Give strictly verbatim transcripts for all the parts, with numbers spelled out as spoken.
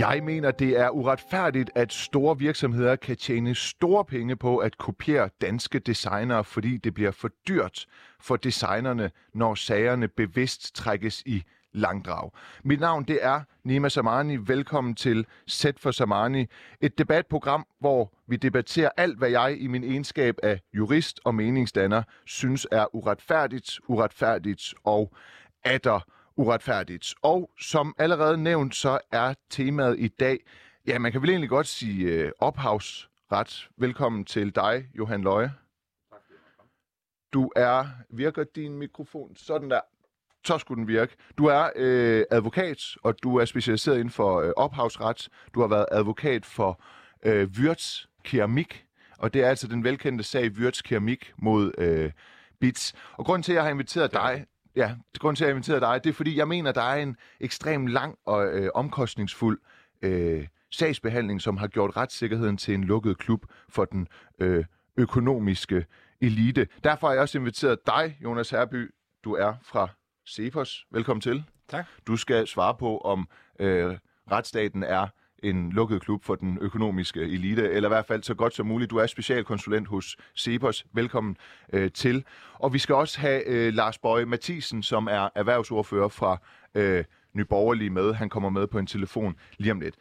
Jeg mener, det er uretfærdigt, at store virksomheder kan tjene store penge på at kopiere danske designere, fordi det bliver for dyrt for designerne, når sagerne bevidst trækkes i langdrag. Mit navn det er Nima Samani. Velkommen til Sæt for Samani, et debatprogram, hvor vi debatterer alt, hvad jeg i min egenskab af jurist og meningsdanner synes er uretfærdigt, uretfærdigt og atter uretfærdigt. Og som allerede nævnt, så er temaet i dag, ja, man kan vel egentlig godt sige øh, ophavsret. Velkommen til dig, Johan Løje. Tak. Du er, virker din mikrofon sådan der? Så skulle den virke. Du er øh, advokat, og du er specialiseret inden for øh, ophavsret. Du har været advokat for øh, Würtz Keramik, og det er altså den velkendte sag Würtz Keramik mod øh, Bitz. Og grunden til, at jeg har inviteret dig, ja, grunden til, at jeg har inviteret dig, det er, fordi jeg mener, der er en ekstremt lang og øh, omkostningsfuld øh, sagsbehandling, som har gjort retssikkerheden til en lukket klub for den øh, økonomiske elite. Derfor har jeg også inviteret dig, Jonas Herby. Du er fra Cepos. Velkommen til. Tak. Du skal svare på, om øh, retsstaten er en lukket klub for den økonomiske elite, eller i hvert fald så godt som muligt. Du er specialkonsulent hos Cepos. Velkommen øh, til. Og vi skal også have øh, Lars Boje Mathiesen, som er erhvervsordfører fra øh, Nye Borgerlige med. Han kommer med på en telefon lige om lidt.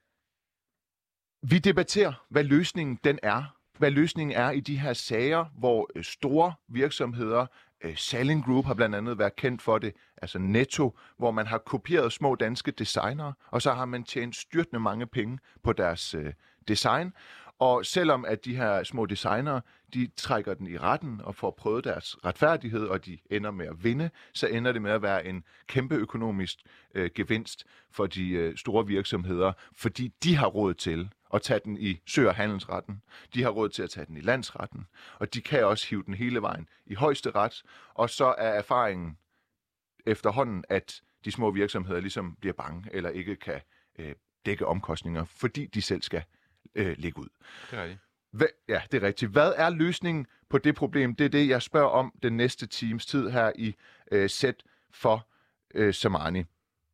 Vi debatterer, hvad løsningen den er. Hvad løsningen er i de her sager, hvor øh, store virksomheder, Salling Group har blandt andet været kendt for det, altså Netto, hvor man har kopieret små danske designere, og så har man tjent styrtende mange penge på deres øh, design. Og selvom at de her små designere, de trækker den i retten og får prøvet deres retfærdighed, og de ender med at vinde, så ender det med at være en kæmpe økonomisk øh, gevinst for de øh, store virksomheder, fordi de har råd til at tage den i Sø- og Handelsretten. De har råd til at tage den i Landsretten, og de kan også hive den hele vejen i Højesteret. Og så er erfaringen efterhånden, at de små virksomheder ligesom bliver bange, eller ikke kan øh, dække omkostninger, fordi de selv skal øh, lægge ud. Det er rigtigt. Hvad, ja, det er rigtigt. Hvad er løsningen på det problem? Det er det, jeg spørger om den næste times tid her i øh, Sæt for øh, Samani.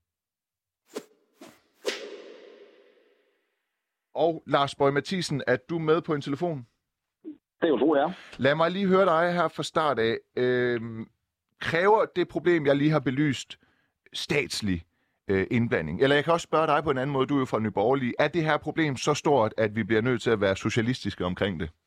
Og Lars Boje Mathiesen, er du med på en telefon? Det er jo to, ja. Lad mig lige høre dig her fra start af. Øhm, kræver det problem, jeg lige har belyst, statslig øh, indblanding? Eller jeg kan også spørge dig på en anden måde, du er jo fra Nye Borgerlige. Er det her problem så stort, at vi bliver nødt til at være socialistiske omkring det?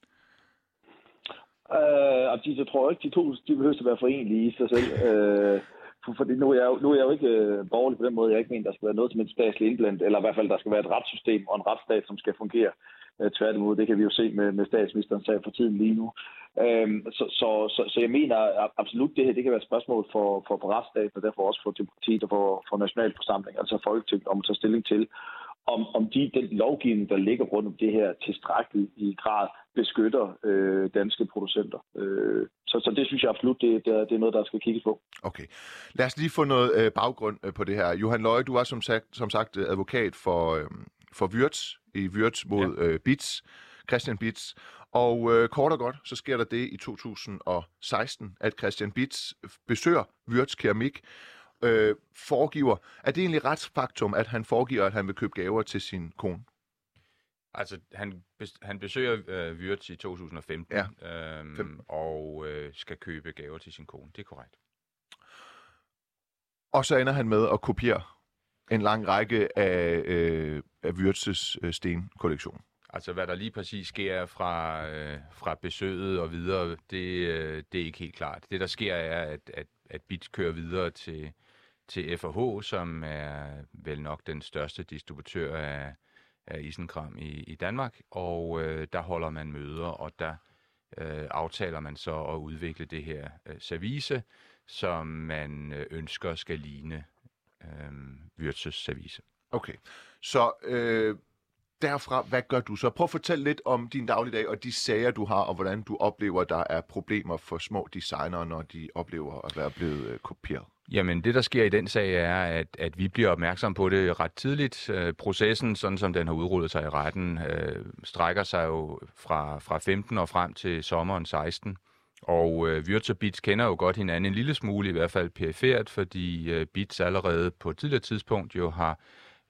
Øh, altså, jeg tror ikke, de to de behøver at være forenlige i sig selv. øh, for, fordi nu er, jeg jo, nu er jeg jo ikke øh, borgerlig på den måde. Jeg ikke mener, der skal være noget som en statslig indblanding, eller i hvert fald, der skal være et retssystem og en retsstat, som skal fungere. Øh, tværtimod, det kan vi jo se med, med statsministerens sag for tiden lige nu. Øh, så, så, så, så jeg mener absolut, det her det kan være et spørgsmål for, for, for retsstaten, og derfor også for demokratiet og for, for nationalforsamling, altså Folketinget, om at tage stilling til, om, om de, den lovgivning, der ligger rundt om det her, tilstrækkeligt i grad beskytter øh, danske producenter. Øh, så, så det synes jeg absolut, det, det, er, det er noget, der skal kigges på. Okay. Lad os lige få noget øh, baggrund øh, på det her. Johan Løje, du er som sagt, som sagt advokat for, øh, for Würtz, i Würtz mod ja. øh, Bitz, Christian Bitz. Og øh, kort og godt, så sker der det i to tusind og seksten, at Christian Bitz besøger Würtz Keramik, øh, foregiver. Er det egentlig retsfaktum, at han foregiver, at han vil købe gaver til sin kone? Altså, han, bes, han besøger øh, Würtz i to tusind og femten, ja. øhm, og øh, skal købe gaver til sin kone. Det er korrekt. Og så ender han med at kopiere en lang række af, øh, af Würtz's øh, stenkollektion. Altså, hvad der lige præcis sker fra, øh, fra besøget og videre, det, øh, det er ikke helt klart. Det, der sker, er, at, at, at Bitz kører videre til, til F og H, som er vel nok den største distributør af, af isenkram i, i Danmark, og øh, der holder man møder, og der øh, aftaler man så at udvikle det her øh, service, som man øh, ønsker skal ligne øh, Würtz's service. Okay, så øh, derfra, hvad gør du så? Prøv at fortælle lidt om din dagligdag og de sager, du har, og hvordan du oplever, der er problemer for små designere, når de oplever at være blevet øh, kopieret. Jamen, det der sker i den sag er, at, at vi bliver opmærksom på det ret tidligt. Øh, processen, sådan som den har udrullet sig i retten, øh, strækker sig jo fra, fra femten og frem til sommeren seksten. Og øh, Würtz og Bitz kender jo godt hinanden en lille smule, i hvert fald perifært, fordi øh, Bitz allerede på et tidligere tidspunkt jo har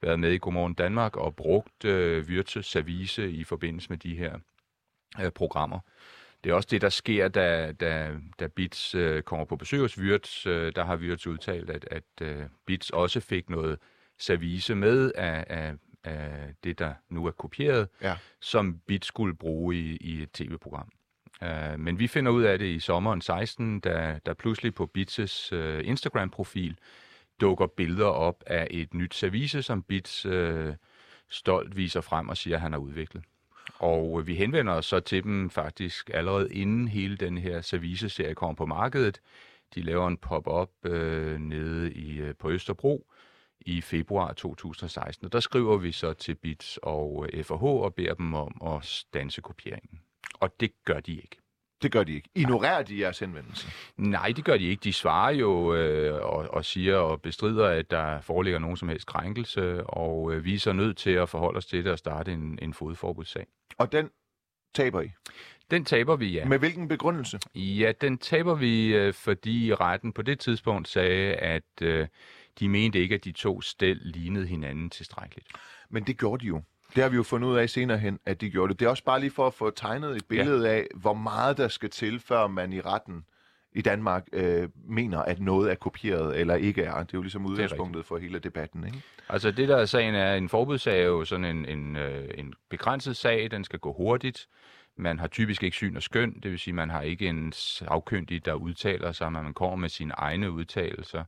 været med i Godmorgen Danmark og brugt øh, Würtz' service i forbindelse med de her øh, programmer. Det er også det, der sker, da, da, da Bitz øh, kommer på besøg hos Würtz. Øh, der har Würtz udtalt, at, at øh, Bitz også fik noget service med af, af, af det, der nu er kopieret, ja. Som Bitz skulle bruge i, i et tv-program. Uh, men vi finder ud af det i sommeren seksten, da der pludselig på Bitz' uh, Instagram-profil dukker billeder op af et nyt service, som Bitz uh, stolt viser frem og siger, at han har udviklet. Og uh, vi henvender os så til dem faktisk allerede inden hele den her serviceserie kommer på markedet. De laver en pop-up uh, nede i, uh, på Østerbro i februar to tusind og seksten. Og der skriver vi så til Bitz og uh, F H og beder dem om at standse kopieringen. Og det gør de ikke. Det gør de ikke. Ignorerer de jeres henvendelse? Nej, det gør de ikke. De svarer jo øh, og, og siger og bestrider, at der foreligger nogen som helst krænkelse, og øh, vi er så nødt til at forholde os til det og starte en, en fodforbudssag. Og den taber I? Den taber vi, ja. Med hvilken begrundelse? Ja, den taber vi, øh, fordi retten på det tidspunkt sagde, at øh, de mente ikke, at de to stel lignede hinanden tilstrækkeligt. Men det gjorde de jo. Det har vi jo fundet ud af senere hen, at de gjorde det. Det er også bare lige for at få tegnet et billede ja. af, hvor meget der skal til, før man i retten i Danmark øh, mener, at noget er kopieret eller ikke er. Det er jo ligesom udgangspunktet for hele debatten, ikke? Altså det, der er sagen er, en forbudssag er jo sådan en, en, øh, en begrænset sag. Den skal gå hurtigt. Man har typisk ikke syn og skøn. Det vil sige, man har ikke en sagkyndig, der udtaler sig, men man kommer med sine egne udtalelser.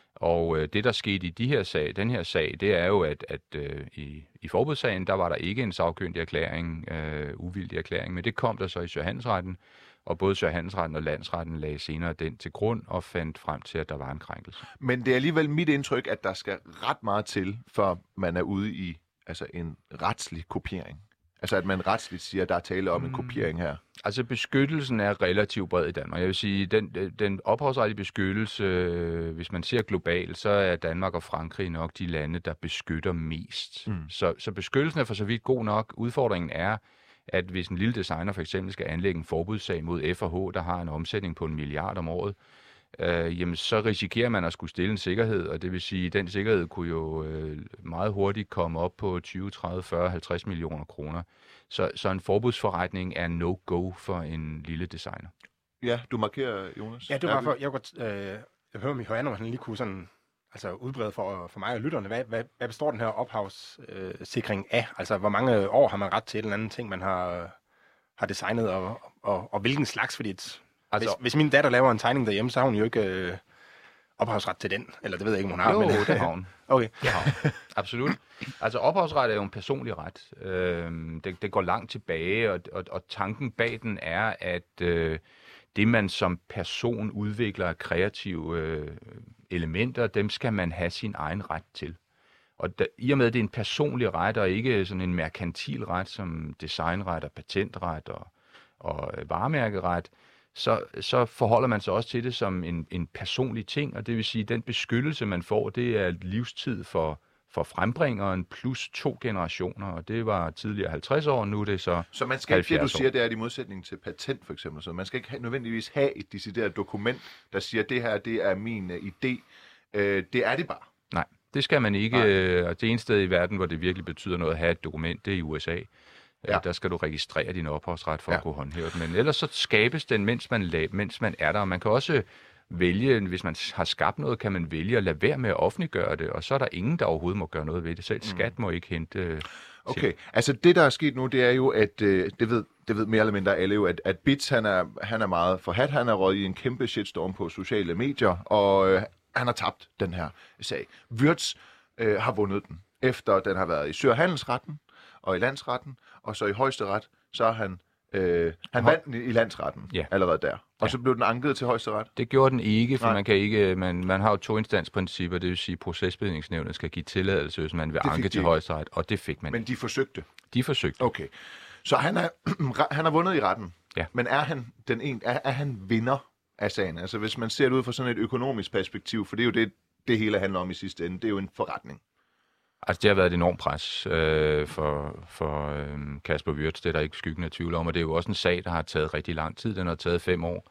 Og øh, det, der skete i de her sag, den her sag, det er jo, at, at øh, i, i forbudssagen, der var der ikke en sagkyndig erklæring, øh, uvildig erklæring, men det kom der så i Søhandelsretten, og både Søhandelsretten og Landsretten lagde senere den til grund og fandt frem til, at der var en krænkelse. Men det er alligevel mit indtryk, at der skal ret meget til, før man er ude i altså en retslig kopiering. Altså at man retsligt siger, at der er tale om en kopiering her. Altså beskyttelsen er relativt bred i Danmark. Jeg vil sige, den, den ophavsretlige beskyttelse, øh, hvis man ser globalt, så er Danmark og Frankrig nok de lande, der beskytter mest. Mm. Så, så beskyttelsen er for så vidt god nok. Udfordringen er, at hvis en lille designer for eksempel skal anlægge en forbudssag mod F og H, der har en omsætning på en milliard om året, øh, jamen så risikerer man at skulle stille en sikkerhed, og det vil sige, at den sikkerhed kunne jo øh, meget hurtigt komme op på tyve, tredive, fyrre, halvtreds millioner kroner. Så, så en forbudsforretning er no-go for en lille designer. Ja, du markerer, Jonas. Ja, det var for, jeg godt, øh, jeg hører mig Johan, om han lige kunne sådan, altså udbrede for, for mig og lytterne. Hvad, hvad, hvad består den her ophavssikring øh, af? Altså, hvor mange år har man ret til et eller andet ting, man har, har designet, og, og, og hvilken slags? Fordi et, altså, hvis, hvis min datter laver en tegning derhjemme, så har hun jo ikke øh, ophavsret til den. Eller det ved jeg ikke, om hun har. Jo, men, det har hun. Okay. Det har hun. Absolut. Altså ophavsret er jo en personlig ret. Øhm, det, det går langt tilbage, og, og, og tanken bag den er, at øh, det man som person udvikler af kreative øh, elementer, dem skal man have sin egen ret til. Og da, i og med, at det er en personlig ret, og ikke sådan en merkantil ret, som designret og patentret og, og varemærkeret, Så, så forholder man sig også til det som en, en personlig ting, og det vil sige, at den beskyttelse, man får, det er livstid for, for frembringeren plus to generationer, og det var tidligere halvtreds år, nu er det så Så man skal ikke, det du siger, det er i modsætning til patent for eksempel, så man skal ikke have, nødvendigvis have et decideret dokument, der siger, at det her, det er min uh, idé. Uh, det er det bare. Nej, det skal man ikke, uh, og det eneste sted i verden, hvor det virkelig betyder noget at have et dokument, det er i U S A. Ja. Der skal du registrere din ophavsret for ja. at kunne håndhæve det. Men ellers så skabes den, mens man, mens man er der. Og man kan også vælge, hvis man har skabt noget, kan man vælge at lade være med at offentliggøre det. Og så er der ingen, der overhovedet må gøre noget ved det. Selv skat må ikke hente. Okay, til. Altså det, der er sket nu, det er jo, at øh, det, ved, det ved mere eller mindre alle jo, at, at Bitz, han er, han er meget forhat. Han er røget i en kæmpe shitstorm på sociale medier, og øh, han har tabt den her sag. Würtz øh, har vundet den, efter den har været i Søhandelsretten og i Landsretten, og så i Højesteret, så er han, øh, han vandt i Landsretten ja. allerede der. Og ja. så blev den anket til Højesteret? Det gjorde den ikke, for Nej. man kan ikke, man, man har jo to instansprincipper, det vil sige, at procesbevillingsnævnet skal give tilladelse, hvis man vil det anke til Højesteret, og det fik man Men de forsøgte? De forsøgte. Okay. Så han er, han har vundet i retten, ja. men er han, den en, er, er han vinder af sagen? Altså hvis man ser det ud fra sådan et økonomisk perspektiv, for det er jo det, det hele handler om i sidste ende, det er jo en forretning. Altså, det har været et enormt pres øh, for, for øh, Kasper Würtz, det er der ikke skyggen af tvivl om, og det er jo også en sag, der har taget rigtig lang tid, den har taget fem år,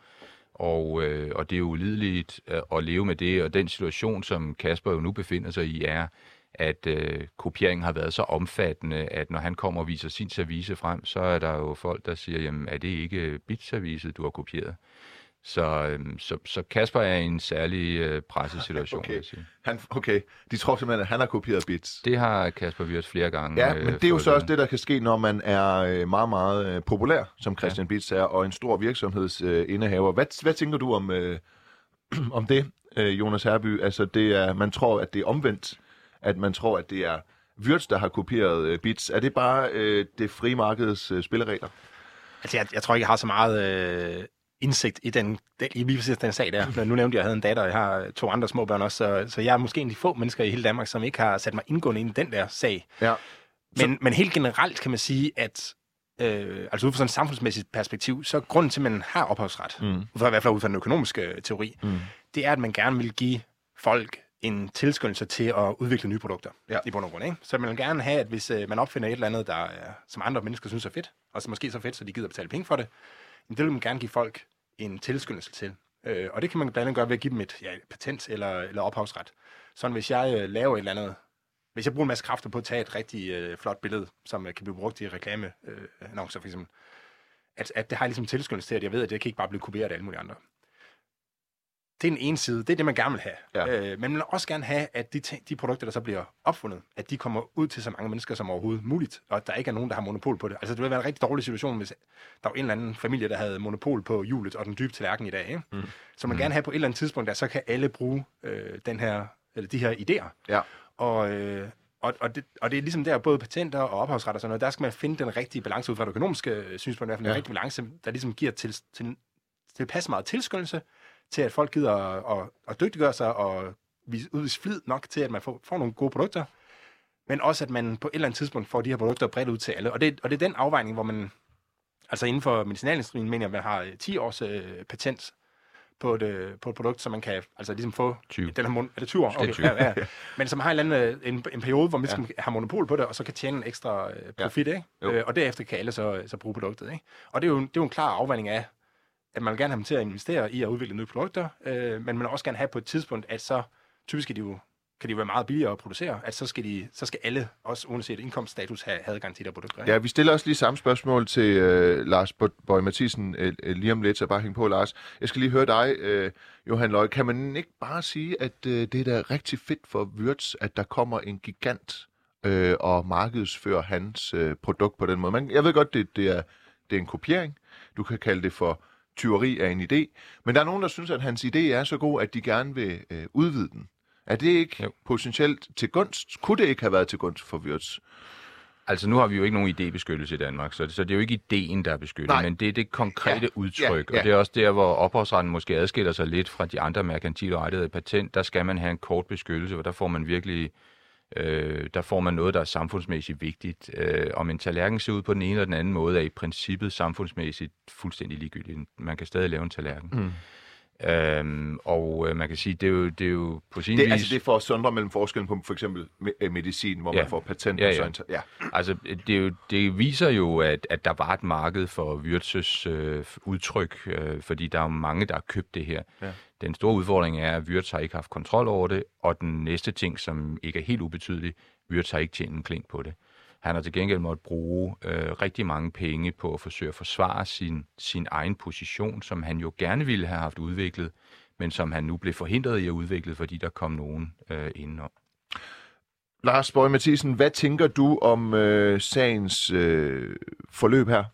og, øh, og det er jo ulideligt at leve med det, og den situation, som Kasper jo nu befinder sig i, er, at øh, kopieringen har været så omfattende, at når han kommer og viser sin service frem, så er der jo folk, der siger, jamen er det ikke Bits-servicet, du har kopieret? Så, øhm, så, så Kasper er i en særlig øh, pressesituation, okay. vil jeg sige. Han, okay, de tror simpelthen, at han har kopieret Bits. Det har Kasper Wirtz flere gange. Ja, men det er jo så også det, der kan ske, når man er øh, meget, meget øh, populær, som Christian ja. Bits er, og en stor virksomhedsindehaver. Øh, hvad, hvad tænker du om, øh, om det, øh, Jonas Herby? Altså, det er, man tror, at det er omvendt, at man tror, at det er Wirtz, der har kopieret øh, Bits. Er det bare øh, det frie markedets øh, spilleregler? Altså, jeg, jeg tror ikke, jeg har så meget... Øh... indsigt i den, den, i lige præcis den sag der. Men nu nævnte jeg, at jeg havde en datter, og jeg har to andre små børn også, så, så jeg er måske en af de få mennesker i hele Danmark, som ikke har sat mig indgående ind i den der sag. Ja. Men, så... men helt generelt kan man sige, at øh, altså ud fra sådan et samfundsmæssigt perspektiv, så grunden til, at man har ophavsret, mm. for i hvert fald ud fra den økonomiske teori, mm. det er, at man gerne vil give folk en tilskyndelse til at udvikle nye produkter ja. i bund og grund. Ikke? Så man vil gerne have, at hvis øh, man opfinder et eller andet, der er, som andre mennesker synes er fedt, og som måske er så fedt, så de gider betale penge for det, det vil man gerne give folk en tilskyndelse til. Øh, og det kan man blandt andet gøre ved at give dem et ja, patent eller, eller ophavsret. Sådan hvis jeg øh, laver et eller andet, hvis jeg bruger en masse kræfter på at tage et rigtig øh, flot billede, som øh, kan blive brugt i reklameannoncer øh, for eksempel, at, at det har ligesom tilskyndelse til, at jeg ved, at det kan ikke bare blive kopieret af alle mulige andre. Det er den ene side. Det er det, man gerne vil have. Ja. Øh, men man vil også gerne have, at de, de produkter, der så bliver opfundet, at de kommer ud til så mange mennesker som overhovedet muligt, og at der ikke er nogen, der har monopol på det. Altså, det ville være en rigtig dårlig situation, hvis der var en eller anden familie, der havde monopol på hjulet og den dybe tallerken i dag. Ikke? Mm. Så man mm. gerne have på et eller andet tidspunkt, der så kan alle bruge øh, den her, eller de her idéer. Ja. Og, øh, og, og, det, og det er ligesom der, både patenter og ophavsret og sådan noget, der skal man finde den rigtige balance ud fra det økonomiske synspunkt, i hvert fald ja. den rigtige balance, der ligesom giver til, til, til passe meget tilskyndelse, til at folk gider at, at, at dygtiggøre sig og udvise flid nok til, at man får, får nogle gode produkter, men også, at man på et eller andet tidspunkt får de her produkter bredt ud til alle. Og det, og det er den afvejning, hvor man, altså inden for medicinalindustrien, mener jeg, at man har ti års øh, patent på et, på et produkt, så man kan altså ligesom få tyve. Den her mon- er det tyve år? Okay. Ja, ja. Men som har en, eller anden, en, en periode, hvor man ja. har monopol på det, og så kan tjene en ekstra øh, profit, ja. ikke? Øh, og derefter kan alle så, så bruge produktet. Ikke? Og det er, jo, det er jo en klar afvejning af, at man vil gerne have dem til at investere i at udvikle nye produkter, øh, men man vil også gerne have på et tidspunkt, at så typisk kan de jo, kan de være meget billigere at producere, at så skal, de, så skal alle, også uanset indkomststatus, have adgang til de der produkter. Ikke? Ja, vi stiller også lige samme spørgsmål til øh, Lars Boje Mathiesen øh, lige om lidt, så bare hæng på, Lars. Jeg skal lige høre dig, øh, Johan Løg. Kan man ikke bare sige, at øh, det er da rigtig fedt for Wirtz, at der kommer en gigant øh, og markedsfører hans øh, produkt på den måde? Man, jeg ved godt, det, det, er, det er en kopiering. Du kan kalde det for tyveri af en idé, men der er nogen, der synes, at hans idé er så god, at de gerne vil øh, udvide den. Er det ikke jo. potentielt til gunst? Kunne det ikke have været til gunst for Wirtz? Altså, nu har vi jo ikke nogen idébeskyttelse i Danmark, så det, så det er jo ikke ideen, der er beskyttet, Nej. men det er det konkrete ja. udtryk, ja. Ja. og det er også der, hvor ophavsretten måske adskiller sig lidt fra de andre merkantile rettigheder i patent. Der skal man have en kort beskyttelse, og der får man virkelig øh, der får man noget, der er samfundsmæssigt vigtigt. Øh, om en tallerken ser ud på den ene eller den anden måde, er i princippet samfundsmæssigt fuldstændig ligegyldigt. Man kan stadig lave en tallerken. Mm. Øhm, og øh, man kan sige, det er jo, det er jo på sin det, vis... Altså det er for at sondre mellem forskellen på for eksempel me- medicin, hvor ja. man får patent ja, på ja. sådan ja. Altså det, er jo, det viser jo, at, at der var et marked for Wirtz's øh, udtryk, øh, fordi der er jo mange, der har købt det her. Ja. Den store udfordring er, at Wirtz har ikke haft kontrol over det, og den næste ting, som ikke er helt ubetydelig, Wirtz har ikke tjent en klink på det. Han har til gengæld måttet bruge øh, rigtig mange penge på at forsøge at forsvare sin, sin egen position, som han jo gerne ville have haft udviklet, men som han nu blev forhindret i at udvikle, fordi der kom nogen øh, indenom. Lars Boje Mathiesen, hvad tænker du om øh, sagens øh, forløb her?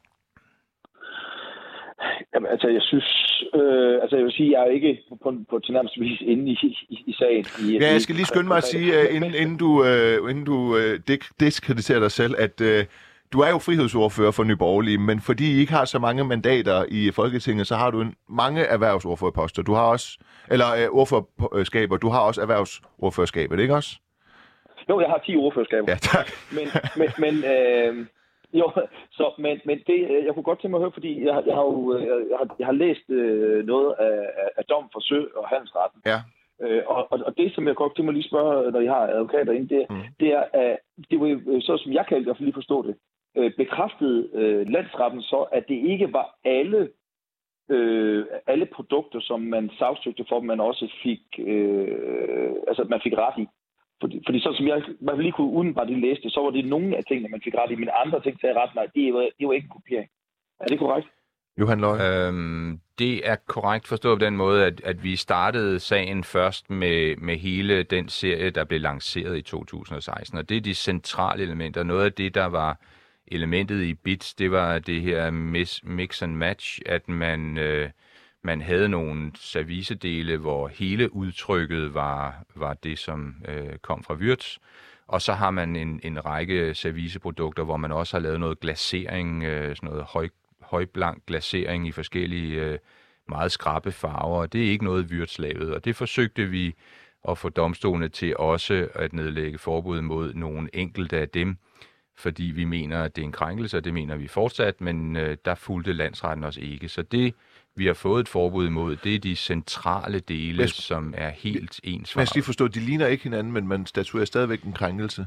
Jamen, altså, jeg synes, øh, altså, jeg vil sige, jeg er ikke på, på tilnærmelsesvis inde i, i, i sagen. I, ja, jeg skal lige skynde mig at sige, uh, inden, inden du, uh, inden du uh, diskrediterer dig selv, at uh, du er jo frihedsordfører for Nye Borgerlige, men fordi I ikke har så mange mandater i Folketinget, så har du en, mange erhvervsordførerposter. Du har også, eller uh, ordførerskaber, du har også erhvervsordførerskaber, ikke også? Jo, jeg har ti ordførerskaber. Ja, tak. Men, men, men øh... Jo, så, men, men det, jeg kunne godt tænke mig at høre, fordi jeg, jeg har jo jeg har, jeg har læst øh, noget af, af dom for Sø- og Handelsretten. Ja. Øh, og, og det, som jeg godt tænke mig lige spørge, når I har advokater inde, det, mm. det er, at det var jo, så som jeg kan i hvert fald lige forstå det, øh, bekræftede øh, landsretten så, at det ikke var alle, øh, alle produkter, som man sagsøgte for, man også fik, øh, altså man fik ret i. Fordi, fordi så som jeg, man lige kunne uden bare lige læse det, så var det nogle af tingene, man fik ret i, men andre ting sagde ret, nej, det var, det var ikke kopiering. Er det korrekt? Johan Løg? Øhm, det er korrekt forstået på den måde, at, at vi startede sagen først med, med hele den serie, der blev lanceret i to tusind og seksten, og det er de centrale elementer. Noget af det, der var elementet i Bits, det var det her mix, mix and match, at man, øh, man havde nogle servicedele, hvor hele udtrykket var, var det, som øh, kom fra Würtz. Og så har man en, en række serviceprodukter, hvor man også har lavet noget glasering, øh, sådan noget høj, højblank glasering i forskellige øh, meget skrappe farver, og det er ikke noget Würtz lavet. Og det forsøgte vi at få domstolene til også at nedlægge forbud mod nogle enkelte af dem, fordi vi mener, at det er en krænkelse, og det mener vi fortsat, men øh, der fulgte landsretten også ikke. Så det, vi har fået et forbud imod, det er de centrale dele, men, som er helt ensfarvede. Men jeg skal lige forstå, de ligner ikke hinanden, men man statuerer stadigvæk en krænkelse.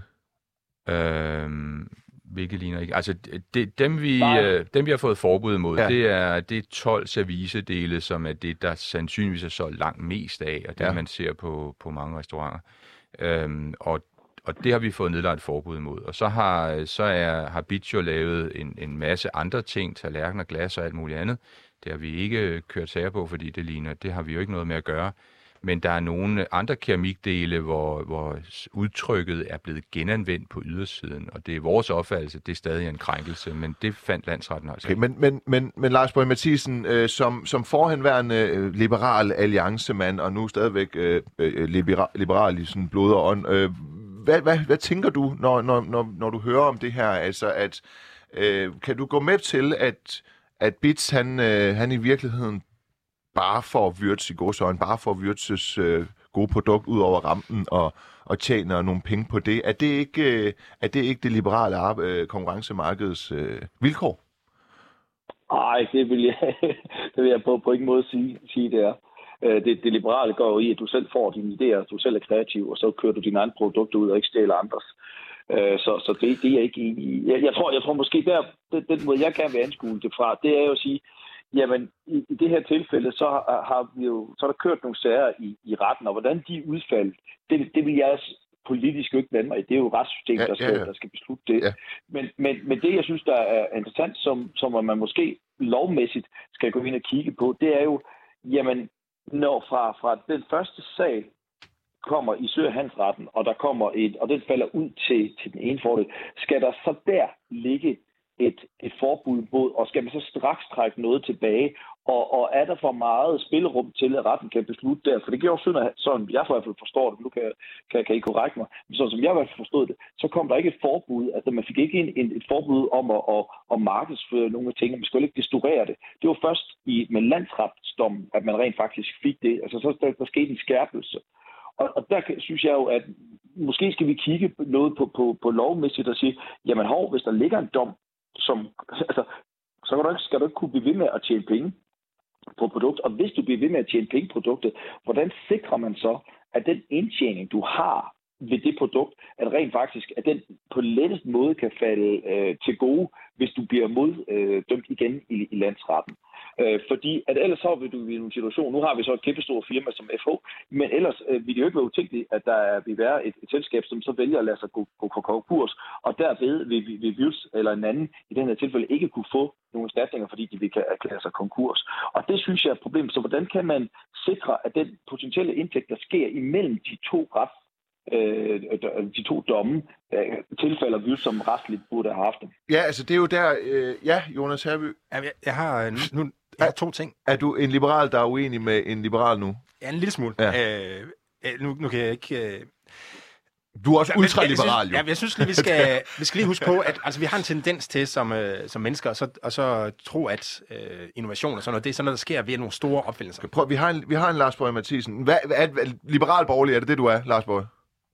Øhm, hvilke ligner ikke? Altså, det, dem, vi, øh, dem vi har fået forbud imod, ja. det, er, det er tolv servicedele, som er det, der sandsynligvis er så langt mest af, og det ja. man ser på, på mange restauranter. Øhm, og Og det har vi fået nedlagt et forbud imod. Og så har, så er, har Bits jo lavet en, en masse andre ting, tallerkener, glas og alt muligt andet. Det har vi ikke kørt sager på, fordi det ligner. Det har vi jo ikke noget med at gøre. Men der er nogle andre keramikdele, hvor, hvor udtrykket er blevet genanvendt på ydersiden. Og det er vores opfattelse, det er stadig en krænkelse, men det fandt landsretten altså. Okay, men, men, men, men Lars Boje Mathiesen, øh, som, som forhenværende øh, liberal alliancemand, og nu stadigvæk øh, liberal, liberal i sådan blod og ånd, øh, Hvad, hvad, hvad tænker du, når, når, når, når du hører om det her? Altså, at, øh, kan du gå med til, at, at Bits, han, øh, han i virkeligheden bare får Würtz i godsøjne, bare får Würtz's øh, gode produkt ud over rampen og, og tjener nogle penge på det? Er det ikke, øh, er det, ikke det liberale øh, konkurrencemarkedets øh, vilkår? Nej, det vil jeg, det vil jeg på, på ingen måde sige, sige det er. Det, det liberale går jo i, at du selv får dine idéer, du selv er kreativ, og så kører du dine andre produkter ud og ikke stjæler andres. Så, så det, det er jeg ikke enig i. Jeg, jeg, tror, jeg tror måske, der, den, den måde, jeg gerne vil anskue det fra, det er jo at sige, jamen i, i det her tilfælde, så har vi jo, så er der kørt nogle sager i, i retten, og hvordan de udfald, det, det vil jeg politisk jo ikke blande mig i. Det er jo retssystemet, der skal, ja, ja. der skal beslutte det. Ja. Men, men, men det, jeg synes, der er interessant, som, som man måske lovmæssigt skal gå ind og kigge på, det er jo, jamen, når fra, fra den første sag kommer i Sø- og Handelsretten, og der kommer et, og den falder ud til, til den ene fordel, skal der så der ligge et, et forbud mod, og skal man så straks trække noget tilbage, og, og er der for meget spillerum til, at retten kan beslutte der, for det gjorde sådan, sådan jeg i hvert fald forstår det, nu kan, kan, kan I korrekte mig, men sådan som jeg i hvert fald forstod det, så kom der ikke et forbud, altså man fik ikke en, en, et forbud om at, at, at markedsføre nogle af tingene, man skulle ikke destruere det. Det var først i, med landsretsdommen, at man rent faktisk fik det, altså så der, der skete en skærpelse. Og, og der synes jeg jo, at måske skal vi kigge noget på, på, på lovmæssigt og sige, jamen hov, hvis der ligger en dom, som, altså, så kan du ikke, skal du ikke kunne blive ved med at tjene penge på produkt. Og hvis du bliver ved med at tjene penge på produktet, hvordan sikrer man så, at den indtjening, du har ved det produkt, at rent faktisk, at den på lettest måde kan falde øh, til gode, hvis du bliver moddømt øh, igen i, i landsretten. Øh, fordi at ellers så vil du i en situation, nu har vi så et kæmpestort firma som F H, men ellers øh, vil det jo ikke være utænkeligt, at der vil være et, et selskab, som så vælger at lade sig gå, gå, gå konkurs, og derved vil, vil, vil Würtz eller en anden i den her tilfælde ikke kunne få nogle erstatninger, fordi de vil erklære sig konkurs. Og det synes jeg er et problem. Så hvordan kan man sikre, at den potentielle indtægt, der sker imellem de to ret de to domme tilfælder vi som retsligt burde have haft dem. Ja, altså det er jo der, øh, ja, Jonas Herby. Jeg, jeg har nu jeg har to ting. Er du en liberal, der er uenig med en liberal nu? Ja, en lille smule. Ja. Øh, nu, nu kan jeg ikke... Øh... Du er også ultraliberal, jo. Ja, jeg synes lige, vi skal, vi skal lige huske på, at altså, vi har en tendens til som, øh, som mennesker, og så, og så tro, at øh, innovation og sådan noget, det er sådan noget, der sker ved nogle store opfindelser. Prøv, vi, har en, vi har en Lars Boje Mathiesen. Hvad, hvad, hvad, liberal borgerlig, er det det, du er, Lars Boje?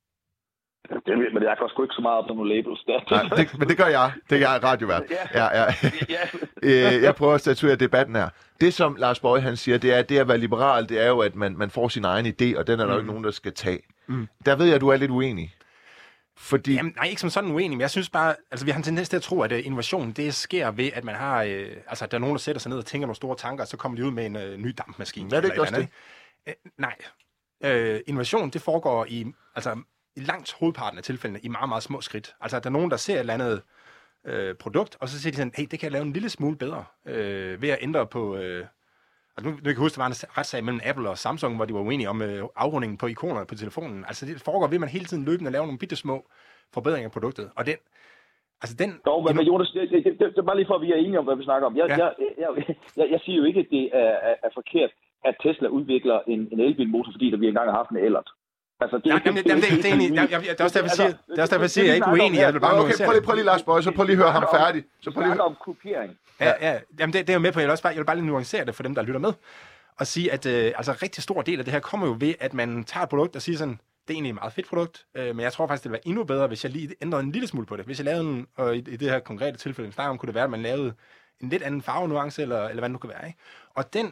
Det, men jeg går sgu ikke så meget op på nogle labels der. Nej, det, men det gør jeg. Det er jeg radiovært. Ja, ja. ja. Jeg prøver at statuere debatten her. Det, som Lars Boje han siger, det er, at det at være liberal, det er jo, at man, man får sin egen idé, og den er der mm. jo ikke nogen, der skal tage. Mm. Der ved jeg, at du er lidt uenig. Fordi... Jamen, nej, ikke som sådan uenig, men jeg synes bare, altså vi har en tendens til at tro, at uh, innovation, det sker ved, at man har, uh, altså at der er nogen, der sætter sig ned og tænker nogle store tanker, og så kommer de ud med en uh, ny dampmaskine. Er det ikke også det? Uh, nej. Uh, innovation, det foregår i, altså i langt hovedparten af tilfældene i meget, meget små skridt. Altså, at der er nogen, der ser et eller andet øh, produkt, og så siger de sådan, hey, det kan jeg lave en lille smule bedre øh, ved at ændre på... Øh, altså, nu, nu kan jeg huske, der var en retssag mellem Apple og Samsung, hvor de var uenige om øh, afrundingen på ikonerne på telefonen. Altså, det foregår ved, at man hele tiden løbende laver nogle bitte små forbedringer af produktet. Og den... Altså, den... Dog, men Jonas, det, det, det, det er bare lige for, at vi er enige om, hvad vi snakker om. Jeg, ja. jeg, jeg, jeg, jeg siger jo ikke, at det er, er, er forkert, at Tesla udvikler en, en elbilmotor, fordi der vi engang har haft en Ellert. Altså, det, ja, det, det, det, det, det, det, det, det, det er også derfor, jeg siger, det er også derfor, jeg siger, jeg er ikke uenig. Jeg vil bare okay, prøv lige, prøv lige Lars Bøje, så prøv lige at høre ham færdig. Så prøv lige om kopiering. Ja, ja, jamen det, det er jo med på. Jeg vil, også bare, jeg vil bare lige nuancere det for dem, der lytter med. Og sige, at øh, altså, en rigtig stor del af det her kommer jo ved, at man tager et produkt og siger sådan, det er egentlig et meget fedt produkt, øh, men jeg tror faktisk, det ville være endnu bedre, hvis jeg lige ændrede en lille smule på det. Hvis jeg lavede en, og i, i det her konkrete tilfælde, vi snakker om, kunne det være, at man lavede en lidt anden farvenuance, eller, eller hvad det nu kan være. Ikke? Og den,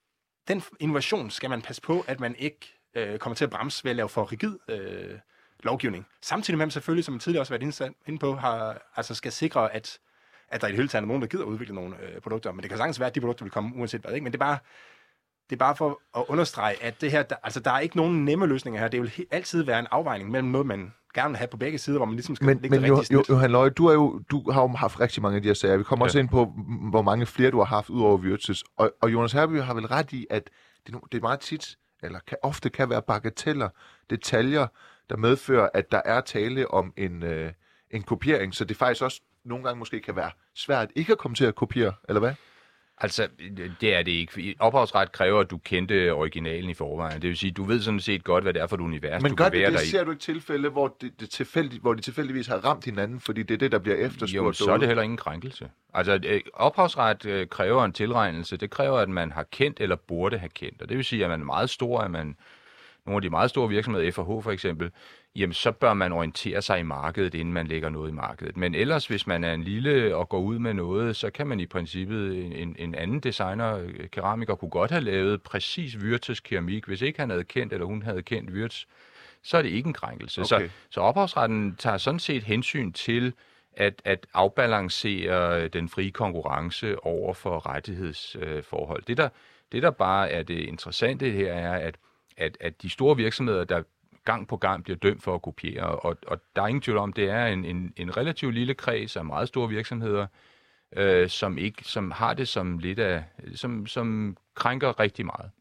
den innovation skal man passe på, at man ikke øh, kommer til at bremse ved at lave for rigid øh, lovgivning. Samtidig med, at man selvfølgelig, som man tidligere også har været inde på, har, altså skal sikre, at, at der i det hele taget er nogen, der gider at udvikle nogle øh, produkter. Men det kan sagtens være, at de produkter vil komme uanset hvad. Ikke? Men det er bare... Det er bare for at understrege, at det her, der, altså der er ikke nogen nemme løsninger her. Det vil he- altid være en afvejning mellem noget, man gerne vil have på begge sider, hvor man ligesom skal men, lægge men det rigtige jo, snit. Johan Løje, du, er jo, du har jo haft rigtig mange af de her sager. Vi kommer ja. også ind på, hvor mange flere du har haft ud over Virtus. Og, og Jonas Herby har vel ret i, at det, det er meget tit, eller kan, ofte kan være bagateller, detaljer, der medfører, at der er tale om en, øh, en kopiering. Så det faktisk også nogle gange måske kan være svært ikke at komme til at kopiere, eller hvad? Altså, det er det ikke. Ophavsret kræver, at du kendte originalen i forvejen. Det vil sige, du ved sådan set godt, hvad det er for et univers, men du gør kan være det, der i. Men ser du ikke tilfælde, hvor, det, det tilfældig, hvor de tilfældigvis har ramt hinanden, fordi det er det, der bliver efterspurgt? Jo, så er det heller ingen krænkelse. Altså, ophavsret kræver en tilregnelse. Det kræver, at man har kendt eller burde have kendt. Og det vil sige, at man er meget stor, at man... Nogle af de meget store virksomheder, F og H for eksempel, jamen så bør man orientere sig i markedet, inden man lægger noget i markedet. Men ellers, hvis man er en lille og går ud med noget, så kan man i princippet, en, en anden designer, keramiker, kunne godt have lavet præcis Virtus keramik. Hvis ikke han havde kendt, eller hun havde kendt Virtus, så er det ikke en krænkelse. Okay. Så, så ophavsretten tager sådan set hensyn til at, at afbalancere den frie konkurrence over for rettighedsforhold. Det der, det, der bare er det interessante her, er, at At, at de store virksomheder, der gang på gang bliver dømt for at kopiere, og, og der er ingen tvivl om, det er en, en, en relativt lille kreds af meget store virksomheder, øh, som ikke, som har det som lidt af, som, som krænker rigtig meget.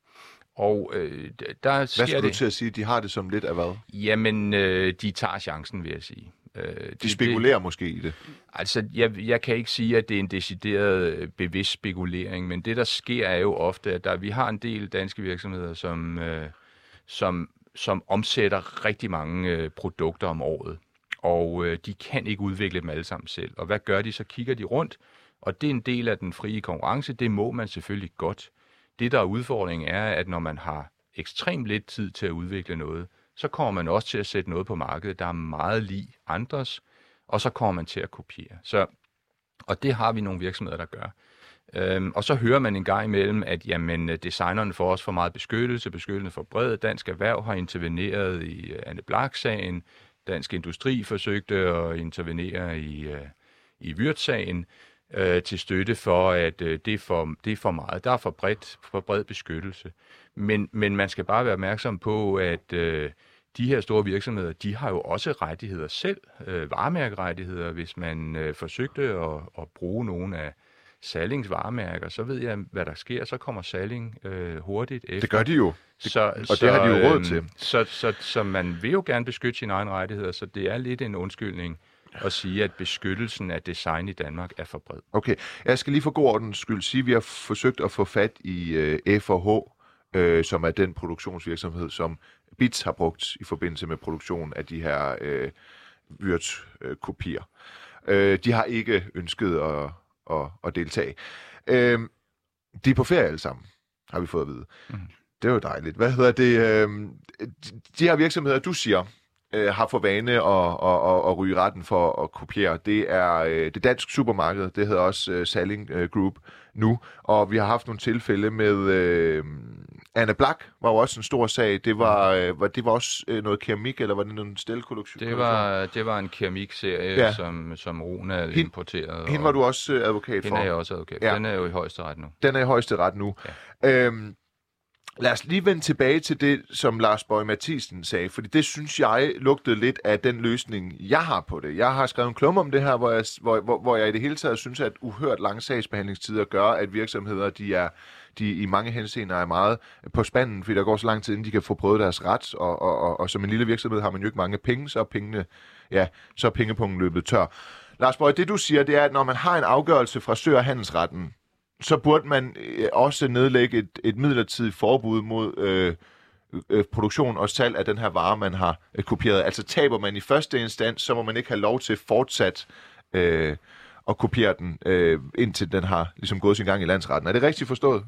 Og øh, der sker hvad skulle det, du til at sige, de har det som lidt af hvad? Jamen, øh, de tager chancen, vil jeg sige. Øh, de det, spekulerer det, måske i det? Altså, jeg, jeg kan ikke sige, at det er en decideret bevidst spekulering, men det, der sker, er jo ofte, at der, vi har en del danske virksomheder, som, øh, som, som omsætter rigtig mange øh, produkter om året, og øh, de kan ikke udvikle dem alle sammen selv. Og hvad gør de? Så kigger de rundt, og det er en del af den frie konkurrence. Det må man selvfølgelig godt. Det, der er udfordringen, er, at når man har ekstremt lidt tid til at udvikle noget, så kommer man også til at sætte noget på markedet, der er meget lig andres, og så kommer man til at kopiere. Så, og det har vi nogle virksomheder, der gør. Øhm, og så hører man en gang imellem, at jamen, designerne får også for meget beskyttelse, beskyttelse for bred. Dansk Erhverv har interveneret i uh, Anne Blak-sagen. Dansk Industri forsøgte at intervenere i, uh, i Vyrt-sagen uh, til støtte for, at uh, det, er for, det er for meget. Der er for, bredt, for bred beskyttelse. Men, men man skal bare være opmærksom på, at uh, de her store virksomheder, de har jo også rettigheder selv, uh, varemærkerettigheder. Hvis man uh, forsøgte at, at bruge nogle af Sallings varemærker, så ved jeg, hvad der sker. Så kommer Salling øh, hurtigt efter. Det gør de jo. Det, så, og så, det har de jo råd øh, til. Så, så, så man vil jo gerne beskytte sine egne rettigheder, så det er lidt en undskyldning at sige, at beskyttelsen af design i Danmark er for bred. Okay, jeg skal lige for god ordens skyld sige, at vi har forsøgt at få fat i øh, F og H, øh, som er den produktionsvirksomhed, som Bits har brugt i forbindelse med produktion af de her øh, Vyrt-kopier. Øh, de har ikke ønsket at Og, og deltage. Øhm, de er på ferie alle sammen, har vi fået at vide. Mm. Det er jo dejligt. Hvad hedder det? Øhm, de, de her virksomheder, du siger, øh, har for vane at, at, at, at ryge retten for at kopiere. Det er øh, det danske supermarked, det hedder også øh, Salling øh, Group nu, og vi har haft nogle tilfælde med øh, Anne Blak, var jo også en stor sag. Det var, øh, var, det var også øh, noget keramik, eller var det noget stelkollektion? Det var, det var en keramikserie, ja. som, som Rona importerede. Hende var du også øh, advokat for? Hende er jeg også advokat. Ja. Den er jo i højesteret nu. Den er i højesteret nu. Ja. Øhm, Lad os lige vende tilbage til det, som Lars Boje Mathiesen sagde, fordi det synes jeg lugtede lidt af den løsning, jeg har på det. Jeg har skrevet en klumme om det her, hvor jeg, hvor, hvor, hvor jeg i det hele taget synes, at uhørt lange sagsbehandlingstider gør, at virksomheder de er, de i mange henseender er meget på spanden, fordi der går så lang tid, inden de kan få prøvet deres ret, og, og, og, og som en lille virksomhed har man jo ikke mange penge, så er pengene, ja, så er pengepunkten løbet tør. Lars Boje, det du siger, det er, at når man har en afgørelse fra Sø- og Handelsretten, så burde man også nedlægge et, et midlertidigt forbud mod øh, øh, produktion og salg af den her vare, man har øh, kopieret. Altså taber man i første instans, så må man ikke have lov til fortsat øh, at kopiere den, øh, indtil den har ligesom gået sin gang i landsretten. Er det rigtigt forstået?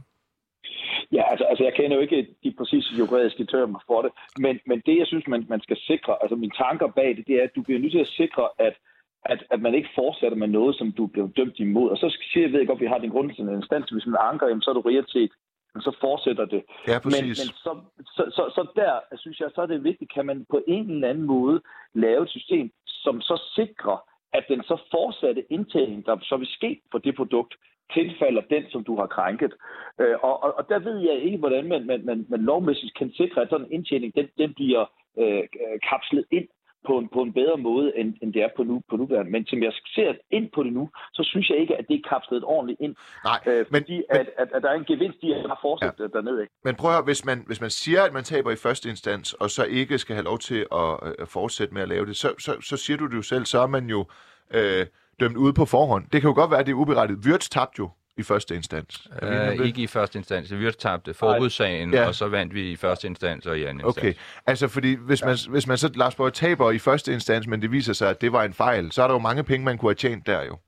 Ja, altså, altså jeg kender jo ikke de præcise juridiske termer for det, men, men det, jeg synes, man, man skal sikre, altså mine tanker bag det, det er, at du bliver nødt til at sikre, at At, at man ikke fortsætter med noget, som du bliver dømt imod. Og så siger jeg, ved jeg godt, at vi har den grundlæggende instans, hvis man anker, jamen, så er du reelt set, så fortsætter det. Ja, præcis. Men, men så, så, så, så der, synes jeg, så er det vigtigt, kan man på en eller anden måde lave et system, som så sikrer, at den så fortsatte indtjening, der så vil ske for det produkt, tilfalder den, som du har krænket. Øh, og, og, og der ved jeg ikke, hvordan man, man, man, man lovmæssigt kan sikre, at sådan en indtjening, den, den bliver øh, kapslet ind På en, på en bedre måde, end, end det er på, nu, på nuværende. Men som jeg ser ind på det nu, så synes jeg ikke, at det er kapslet ordentligt ind. Nej, øh, men, fordi men, at, at, at der er en gevinst i at fortsætte ja. dernede. Men prøv at høre, hvis man, hvis man siger, at man taber i første instans, og så ikke skal have lov til at, at fortsætte med at lave det, så, så, så siger du det jo selv, så er man jo øh, dømt ude på forhånd. Det kan jo godt være, at det er uberettiget. Wirtz tabte jo i første instans. Uh, ikke i første instans. Vi tabte forbudssagen, ja. Og så vandt vi i første instans og i anden instans. Okay, altså fordi hvis man, ja. hvis man så, Lars Boje, taber i første instans, men det viser sig, at det var en fejl, så er der jo mange penge, man kunne have tjent der jo.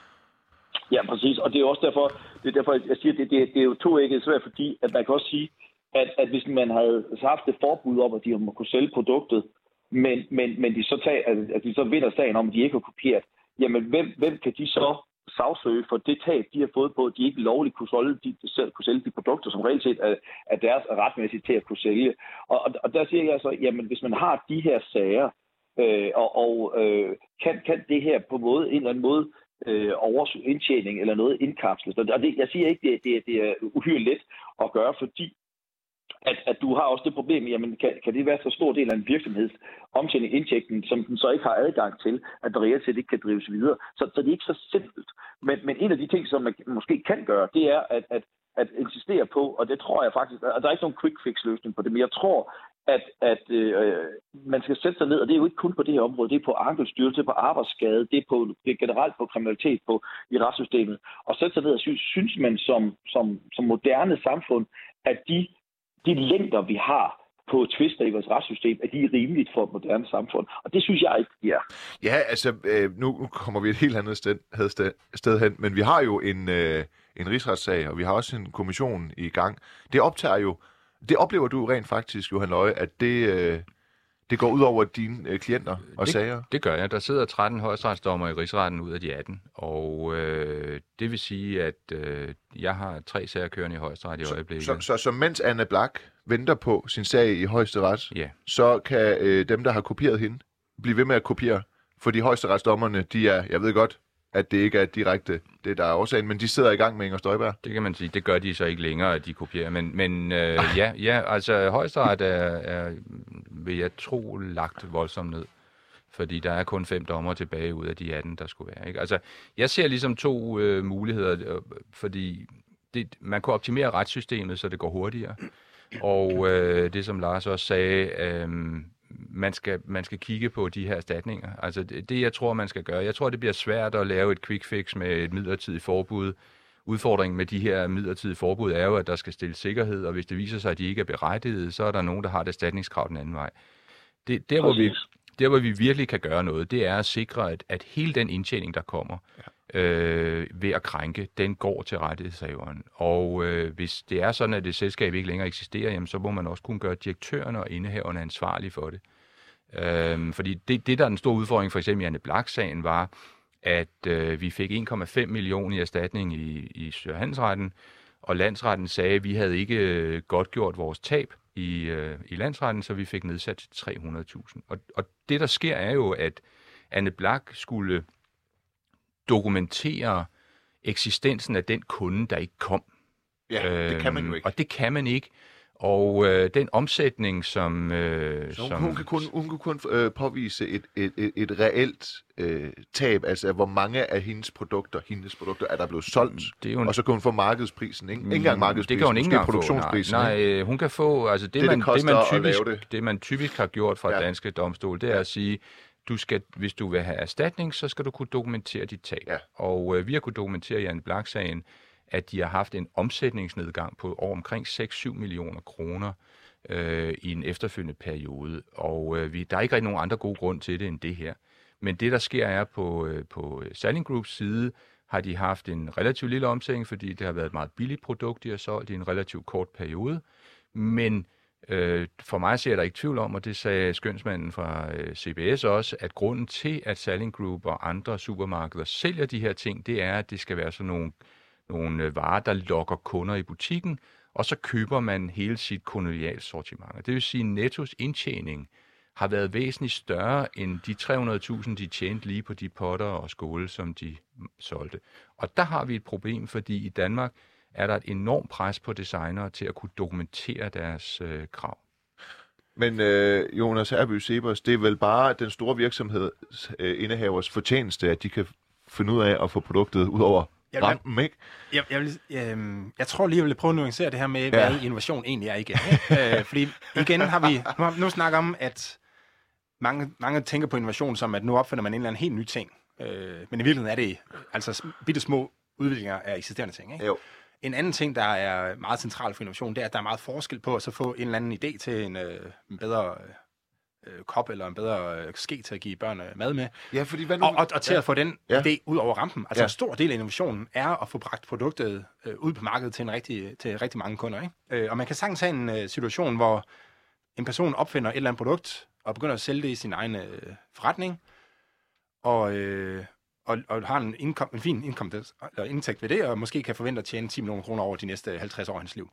Ja, præcis. Og det er også derfor, det er derfor jeg siger, det, det, det er jo to ikke svært, fordi at man kan også sige, at, at hvis man havde haft et forbud om, at de må kunne sælge produktet, men, men, men de så tager, at de så vinder sagen om, at de ikke har kopieret, jamen hvem, hvem kan de så sagsøge for det tab, de har fået på, at de ikke lovligt kunne sælge de, kunne sælge de produkter, som reelt set er, er deres retmæssigt til at kunne sælge. Og, og, og der siger jeg så, jamen hvis man har de her sager, øh, og, og øh, kan, kan det her på måde, en eller anden måde øh, over indtjening eller noget indkapsles. Og det, jeg siger ikke, det, det, det er uhyre let at gøre, fordi At, at du har også det problem, jamen kan, kan det være så stor del af en virksomheds omtjening indtægten, som den så ikke har adgang til, at der reelt set ikke kan drives videre. Så, så det er ikke så simpelt. Men, men en af de ting, som man måske kan gøre, det er at, at, at insistere på, og det tror jeg faktisk, at der er ikke nogen quick fix løsning på det, men jeg tror, at, at øh, man skal sætte sig ned, og det er jo ikke kun på det her område, det er på ankestyrelse, på arbejdsskade, det er, på, det er generelt på kriminalitet på, i retssystemet, og sætte sig ned og synes, synes man som, som, som moderne samfund, at de de længder, vi har på twister i vores retssystem, at de er rimeligt for et moderne samfund. Og det synes jeg ikke, de er. Ja, altså, øh, nu kommer vi et helt andet sted, sted, sted hen, men vi har jo en, øh, en rigsretssag, og vi har også en kommission i gang. Det optager jo, det oplever du rent faktisk, Johan Løje, at det, øh, det går ud over dine øh, klienter og det, sager? Det gør jeg. Der sidder tretten højesteretsdommer i rigsretten ud af de atten, og øh, det vil sige, at øh, jeg har tre sager kørende i højesteret i øjeblikket. Så, så, så mens Anne Black venter på sin sag i højesteret, ja. så kan øh, dem, der har kopieret hende, blive ved med at kopiere. Fordi højesteretsdommerne, de er, jeg ved godt, at det ikke er direkte det, der er årsagen, men de sidder i gang med Inger Støjberg. Det kan man sige. Det gør de så ikke længere, at de kopierer. Men, men øh, ja, ja, altså højesteret er, er, vil jeg tro, lagt voldsomt ned. Fordi der er kun fem dommer tilbage ud af de atten, der skulle være. Ikke? Altså, jeg ser ligesom to øh, muligheder, øh, fordi det, man kan optimere retssystemet, så det går hurtigere. Og øh, det, som Lars også sagde, øh, man, skal, man skal kigge på de her erstatninger. Altså det, det, jeg tror, man skal gøre. Jeg tror, det bliver svært at lave et quick fix med et midlertidigt forbud. Udfordringen med de her midlertidige forbud er jo, at der skal stilles sikkerhed, og hvis det viser sig, at de ikke er berettigede, så er der nogen, der har et erstatningskrav den anden vej. Det, der, hvor vi, der, hvor vi virkelig kan gøre noget, det er at sikre, at, at hele den indtjening, der kommer, ja. øh, ved at krænke, den går til rettighedshaveren. Og øh, hvis det er sådan, at det selskab ikke længere eksisterer, jamen, så må man også kunne gøre direktørerne og indehaverne ansvarlige for det. Øh, fordi det, det, der er den store udfordring, for eksempel i Anne Black-sagen, var, at øh, vi fik en komma fem millioner i erstatning i, i Sø- og Handelsretten, og landsretten sagde, at vi havde ikke øh, godtgjort vores tab i, øh, i landsretten, så vi fik nedsat til tre hundrede tusind. Og, og det, der sker, er jo, at Anne Black skulle dokumentere eksistensen af den kunde, der ikke kom. Ja, det kan man jo ikke. Og det kan man ikke. Og øh, den omsætning, som... Øh, Så hun, som hun kan kun, hun kan kun øh, påvise et, et, et, et reelt øh, tab, altså hvor mange af hendes produkter, hendes produkter er der blevet solgt, det er jo en... og så kan hun få markedsprisen, ikke? Ikke engang markedsprisen, det kan hun ikke engang produktionsprisen. Få, nej, nej, hun kan få, altså det, det, man, det, det, man typisk, det. det man typisk har gjort fra ja. danske domstol, det er ja. at sige, du skal, hvis du vil have erstatning, så skal du kunne dokumentere dit tab. Ja. Og øh, vi har kunnet dokumentere i Jan Blak-sagen, at de har haft en omsætningsnedgang på over omkring seks til syv millioner kroner øh, i en efterfølgende periode. Og øh, vi, der er ikke rigtig nogen andre gode grund til det end det her. Men det, der sker, er på, øh, på Salling Groups side, har de haft en relativt lille omsætning, fordi det har været et meget billigt produkt, de har solgt i en relativt kort periode. Men øh, for mig ser der ikke tvivl om, og det sagde skønsmanden fra øh, C B S også, at grunden til, at Salling Group og andre supermarkeder sælger de her ting, det er, at det skal være sådan nogle nogle varer, der lokker kunder i butikken, og så køber man hele sit kolonialt sortiment. Det vil sige, at Nettos indtjening har været væsentligt større end de tre hundrede tusind, de tjente lige på de potter og skåle, som de solgte. Og der har vi et problem, fordi i Danmark er der et enormt pres på designere til at kunne dokumentere deres øh, krav. Men øh, Jonas Herby Sebers, det er vel bare den store virksomhed øh, indehavers fortjeneste, at de kan finde ud af at få produktet ud over Jeg, rampen, ikke? Jeg, jeg, vil, øh, jeg tror lige, jeg vil prøve at nuancere det her med, hvad ja. innovation egentlig er igen. øh, fordi igen har vi, nu, har, nu snakker om, at mange, mange tænker på innovation som, at nu opfinder man en eller anden helt ny ting. Øh, men i virkeligheden er det altså bitte små udviklinger af eksisterende ting, ikke? Jo. En anden ting, der er meget central for innovation, det er, at der er meget forskel på at så få en eller anden idé til en, øh, en bedre øh, kop eller en bedre øh, ske til at give børn mad med. Ja, fordi hvad nu... Og, og, og til ja. at få den ja. idé ud over rampen. Altså ja. en stor del af innovationen er at få bragt produktet øh, ud på markedet til, en rigtig, til rigtig mange kunder. Ikke? Øh, og man kan sagtens have en øh, situation, hvor en person opfinder et eller andet produkt og begynder at sælge det i sin egen øh, forretning, og, øh, og, og har en, indkom, en fin indkom, eller indtægt ved det, og måske kan forvente at tjene ti millioner kroner over de næste halvtreds år af hans liv.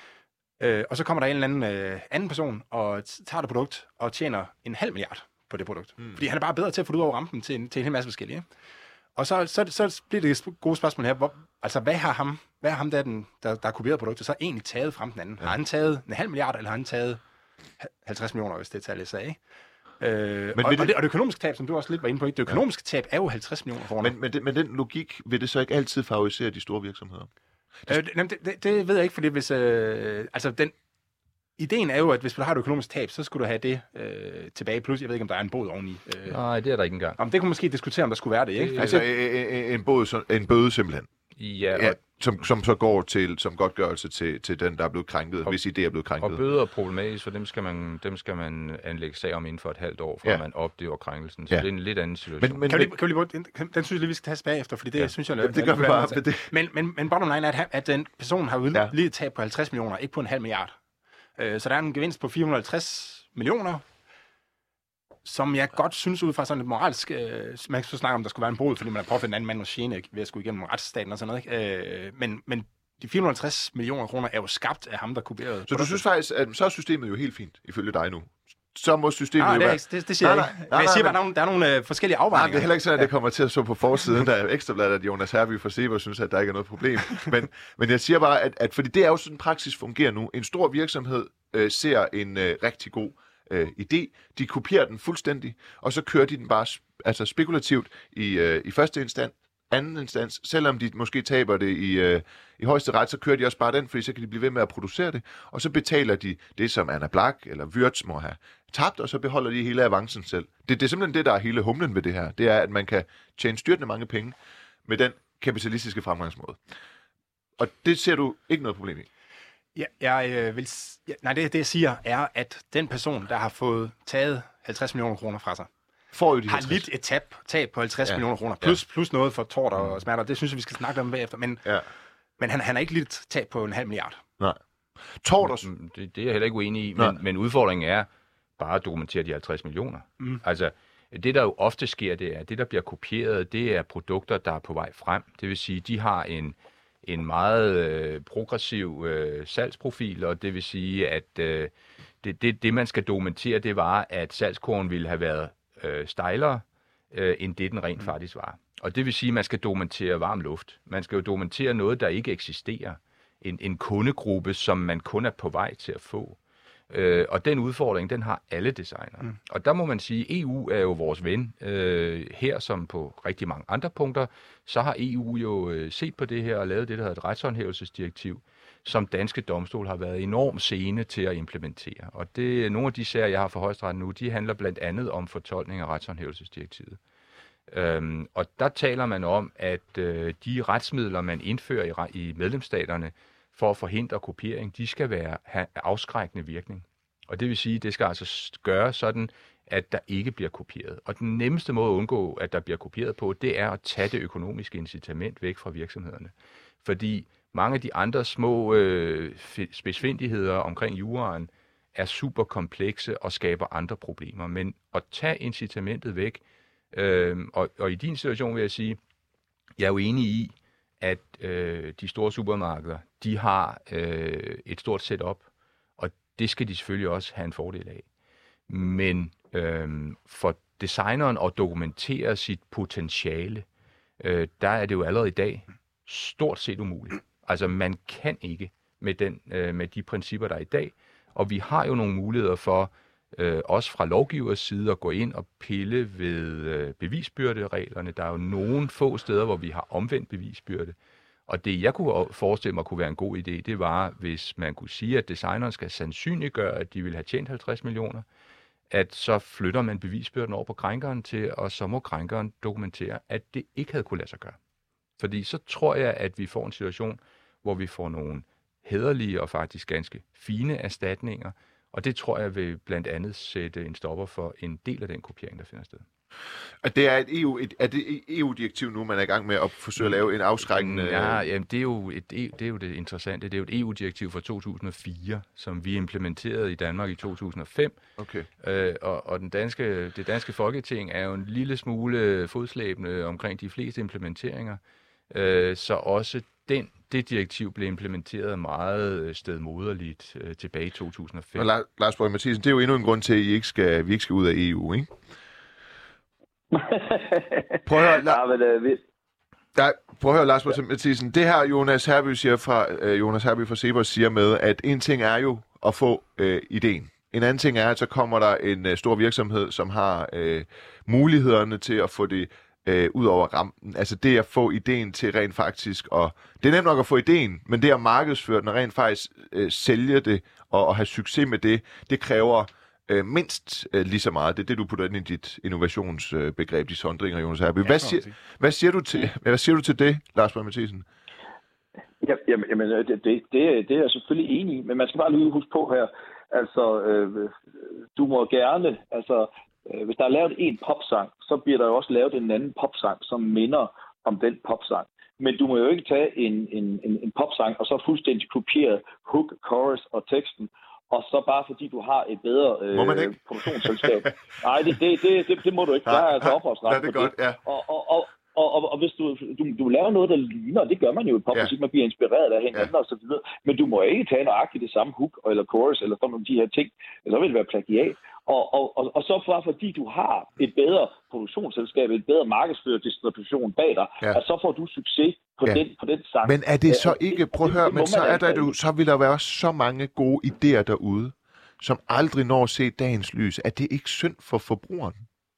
Øh, og så kommer der en eller anden øh, anden person og tager det produkt og tjener en halv milliard på det produkt. Mm. Fordi han er bare bedre til at få det ud over rampen til en, til en hel masse forskellige. Og så, så, så bliver det et gode spørgsmål her. Hvor, altså, hvad har ham, hvad har ham der, den, der, der har kopieret produktet, så egentlig taget frem den anden? Ja. Har han taget en halv milliard, eller har han taget halvtreds millioner, hvis det er tal, jeg sagde, ikke? Øh, men og, det, og, det, og det økonomiske tab, som du også lidt var inde på, ikke? Det økonomiske ja. tab er jo halvtreds millioner kroner. Men, men, det, men den logik, vil det så ikke altid favorisere de store virksomheder? Øh, det, det, det ved jeg ikke, fordi hvis... Øh, altså, den... Ideen er jo, at hvis du har et økonomisk tab, så skulle du have det øh, tilbage. Plus, jeg ved ikke, om der er en båd oveni. Øh. Nej, det er der ikke engang. Om det kunne måske diskutere, om der skulle være det, ikke? Altså, en, båd, en bøde simpelthen. Ja, ja som, som så går til som godtgørelse til, til den, der er blevet krænket, og, hvis idé er blevet krænket. Og bøder er problematisk, for dem skal man, dem skal man anlægge sag om inden for et halvt år, før ja. man oplever krænkelsen. Så ja. det er en lidt anden situation. Men, men, kan vi lige, kan vi lige, den, den synes jeg lige, vi skal tage tilbage efter, fordi det ja. synes jeg... Ja, det gør vi bare. Det. Men, men, men bottom line er, at, at den person har jo ja. lige et tab på halvtreds millioner, ikke på en halv milliard. Så der er en gevinst på fire hundrede og halvtreds millioner, som jeg godt synes ud fra sådan et moralsk... Øh, man kan så snakke om, der skulle være en bod, fordi man har påført en anden mand og gene ved at skulle igennem retsstaten og sådan noget. Ikke? Øh, men, men de fire hundrede og halvtreds millioner kroner er jo skabt af ham, der kopierede. Så du synes faktisk, at så er systemet jo helt fint, ifølge dig nu? Så må systemet nej, jo det, være... det, det siger nej, jeg ikke. Nej, nej, jeg siger bare, at der er nogle, der er nogle øh, forskellige afvejninger. Nej, det er heller ikke sådan, at det kommer til at stå på forsiden, der er Ekstrabladet, at Jonas Herby fra Seber synes, at der ikke er noget problem. Men, men jeg siger bare, at, at fordi det er jo sådan, praksis fungerer nu. En stor virksomhed øh, ser en øh, rigtig god øh, idé, de kopierer den fuldstændig, og så kører de den bare altså spekulativt i, øh, i første instans, anden instans, selvom de måske taber det i, øh, i højeste ret, så kører de også bare den, fordi så kan de blive ved med at producere det, og så betaler de det, som Anna Blak eller Würtz må have tabt, og så beholder de hele avancen selv. Det, det er simpelthen det, der er hele humlen ved det her. Det er, at man kan tjene styrtende mange penge med den kapitalistiske fremgangsmåde. Og det ser du ikke noget problem i? Ja, jeg øh, vil... Ja, nej, det, det jeg siger er, at den person, der har fået taget halvtreds millioner kroner fra sig, får jo de har lidt et tab, tab på halvtreds ja. millioner kroner, plus, ja. plus noget for tort og smerter. Det synes jeg, vi skal snakke om bagefter. Men, ja. men han, han har ikke lidt tab på en halv milliard. Nej. Tort det, det er jeg heller ikke uenig i, men, men udfordringen er bare at dokumentere de halvtreds millioner. Mm. Altså, det der jo ofte sker, det er, det der bliver kopieret, det er produkter, der er på vej frem. Det vil sige, de har en, en meget øh, progressiv øh, salgsprofil, og det vil sige, at øh, det, det, det, man skal dokumentere, det var, at salgskurven ville have været øh, stejlere, øh, end det den rent mm. faktisk var. Og det vil sige, at man skal dokumentere varm luft. Man skal jo dokumentere noget, der ikke eksisterer. en, en kundegruppe, som man kun er på vej til at få. Øh, og den udfordring, den har alle designere. Mm. Og der må man sige, at E U er jo vores ven. Øh, her som på rigtig mange andre punkter, så har E U jo øh, set på det her og lavet det, der hedder et retshåndhævelsesdirektiv, som danske domstol har været enormt sene til at implementere. Og det, nogle af de sager, jeg har for Højesteret nu, de handler blandt andet om fortolkning af retshåndhævelsesdirektivet. Øhm, og der taler man om, at øh, de retsmidler, man indfører i, i medlemsstaterne for at forhindre kopiering, de skal være, have afskrækkende virkning. Og det vil sige, at det skal altså gøre sådan, at der ikke bliver kopieret. Og den nemmeste måde at undgå, at der bliver kopieret på, det er at tage det økonomiske incitament væk fra virksomhederne. Fordi mange af de andre små øh, spidsfindigheder omkring juraen er super komplekse og skaber andre problemer. Men at tage incitamentet væk, øh, og, og i din situation vil jeg sige, jeg er jo enig i, at øh, de store supermarkeder, de har øh, et stort setup, og det skal de selvfølgelig også have en fordel af. Men øh, for designeren at dokumentere sit potentiale, øh, der er det jo allerede i dag stort set umuligt. Altså man kan ikke med, den, øh, med de principper, der er i dag, og vi har jo nogle muligheder for, øh, også fra lovgivers side, at gå ind og pille ved øh, bevisbyrdereglerne. Der er jo nogle få steder, hvor vi har omvendt bevisbyrde. Og det, jeg kunne forestille mig kunne være en god idé, det var, hvis man kunne sige, at designeren skal sandsynliggøre, at de vil have tjent halvtreds millioner, at så flytter man bevisbyrden over på krænkeren til, og så må krænkeren dokumentere, at det ikke havde kunne lade sig gøre. Fordi så tror jeg, at vi får en situation, hvor vi får nogle hæderlige og faktisk ganske fine erstatninger, og det tror jeg vil blandt andet sætte en stopper for en del af den kopiering, der finder sted. At det er et E U, et, er det E U-direktiv nu, man er i gang med at forsøge at lave en afskrækkende... Ja, jamen, det, er jo et, det er jo det interessante. Det er jo et E U-direktiv fra to tusind og fire, som vi implementerede i Danmark i to tusind og fem. Okay. Øh, og og den danske, det danske Folketing er jo en lille smule fodslæbende omkring de fleste implementeringer. Øh, så også den, det direktiv blev implementeret meget stedmoderligt øh, tilbage i to tusind og fem. Og Lars, Lars Boje Mathiesen, det er jo endnu en grund til, at I ikke skal, vi ikke skal ud af E U, ikke? Prøv at høre, La- ja, men, øh, vi... Nej, prøv at høre, Lars Boje Mathiesen. Det her, Jonas Herby siger fra, øh, Jonas Herby fra Cepos siger med, at en ting er jo at få øh, ideen. En anden ting er, at så kommer der en øh, stor virksomhed, som har øh, mulighederne til at få det øh, ud over rampen. Altså det at få ideen til rent faktisk, og det er nemt nok at få ideen, men det at markedsføre den og rent faktisk øh, sælge det og, og have succes med det, det kræver øh, mindst øh, lige så meget. Det er det, du putter ind i dit innovationsbegreb, øh, de sondringer, Jonas Herby. Hvad, siger, hvad, siger du til, hvad siger du til det, Lars Boje Mathiesen? Ja, jamen, jamen det, det, det, det er jeg selvfølgelig enig i, men man skal bare lige huske på her, altså, øh, du må gerne, altså, øh, hvis der er lavet en popsang, så bliver der jo også lavet en anden popsang, som minder om den popsang. Men du må jo ikke tage en, en, en, en popsang, og så fuldstændig kopiere hook, chorus og teksten, og så bare fordi du har et bedre øh, produktionsselskab. Nej, det, det, det, det, det må du ikke. Der er altså ophavsret. Ja, det er godt, ja. Og, og, og, Og, og, og hvis du, du, du laver noget, der ligner, og det gør man jo i popmusik, ja. Man bliver inspireret af hinanden ja. Og så videre, men du må ikke tage nøjagtigt det samme hook, eller chorus, eller sådan nogle af de her ting, så vil det være plagiat. Og, og, og, og så bare fordi du har et bedre produktionsselskab, et bedre markedsførerdistribution bag dig, ja. Og så får du succes på, ja. den, på den sang. Men er det så ikke, prøv at høre, men så, er der, du, så vil der være så mange gode idéer derude, som aldrig når at se dagens lys. Er det ikke synd for forbrugeren?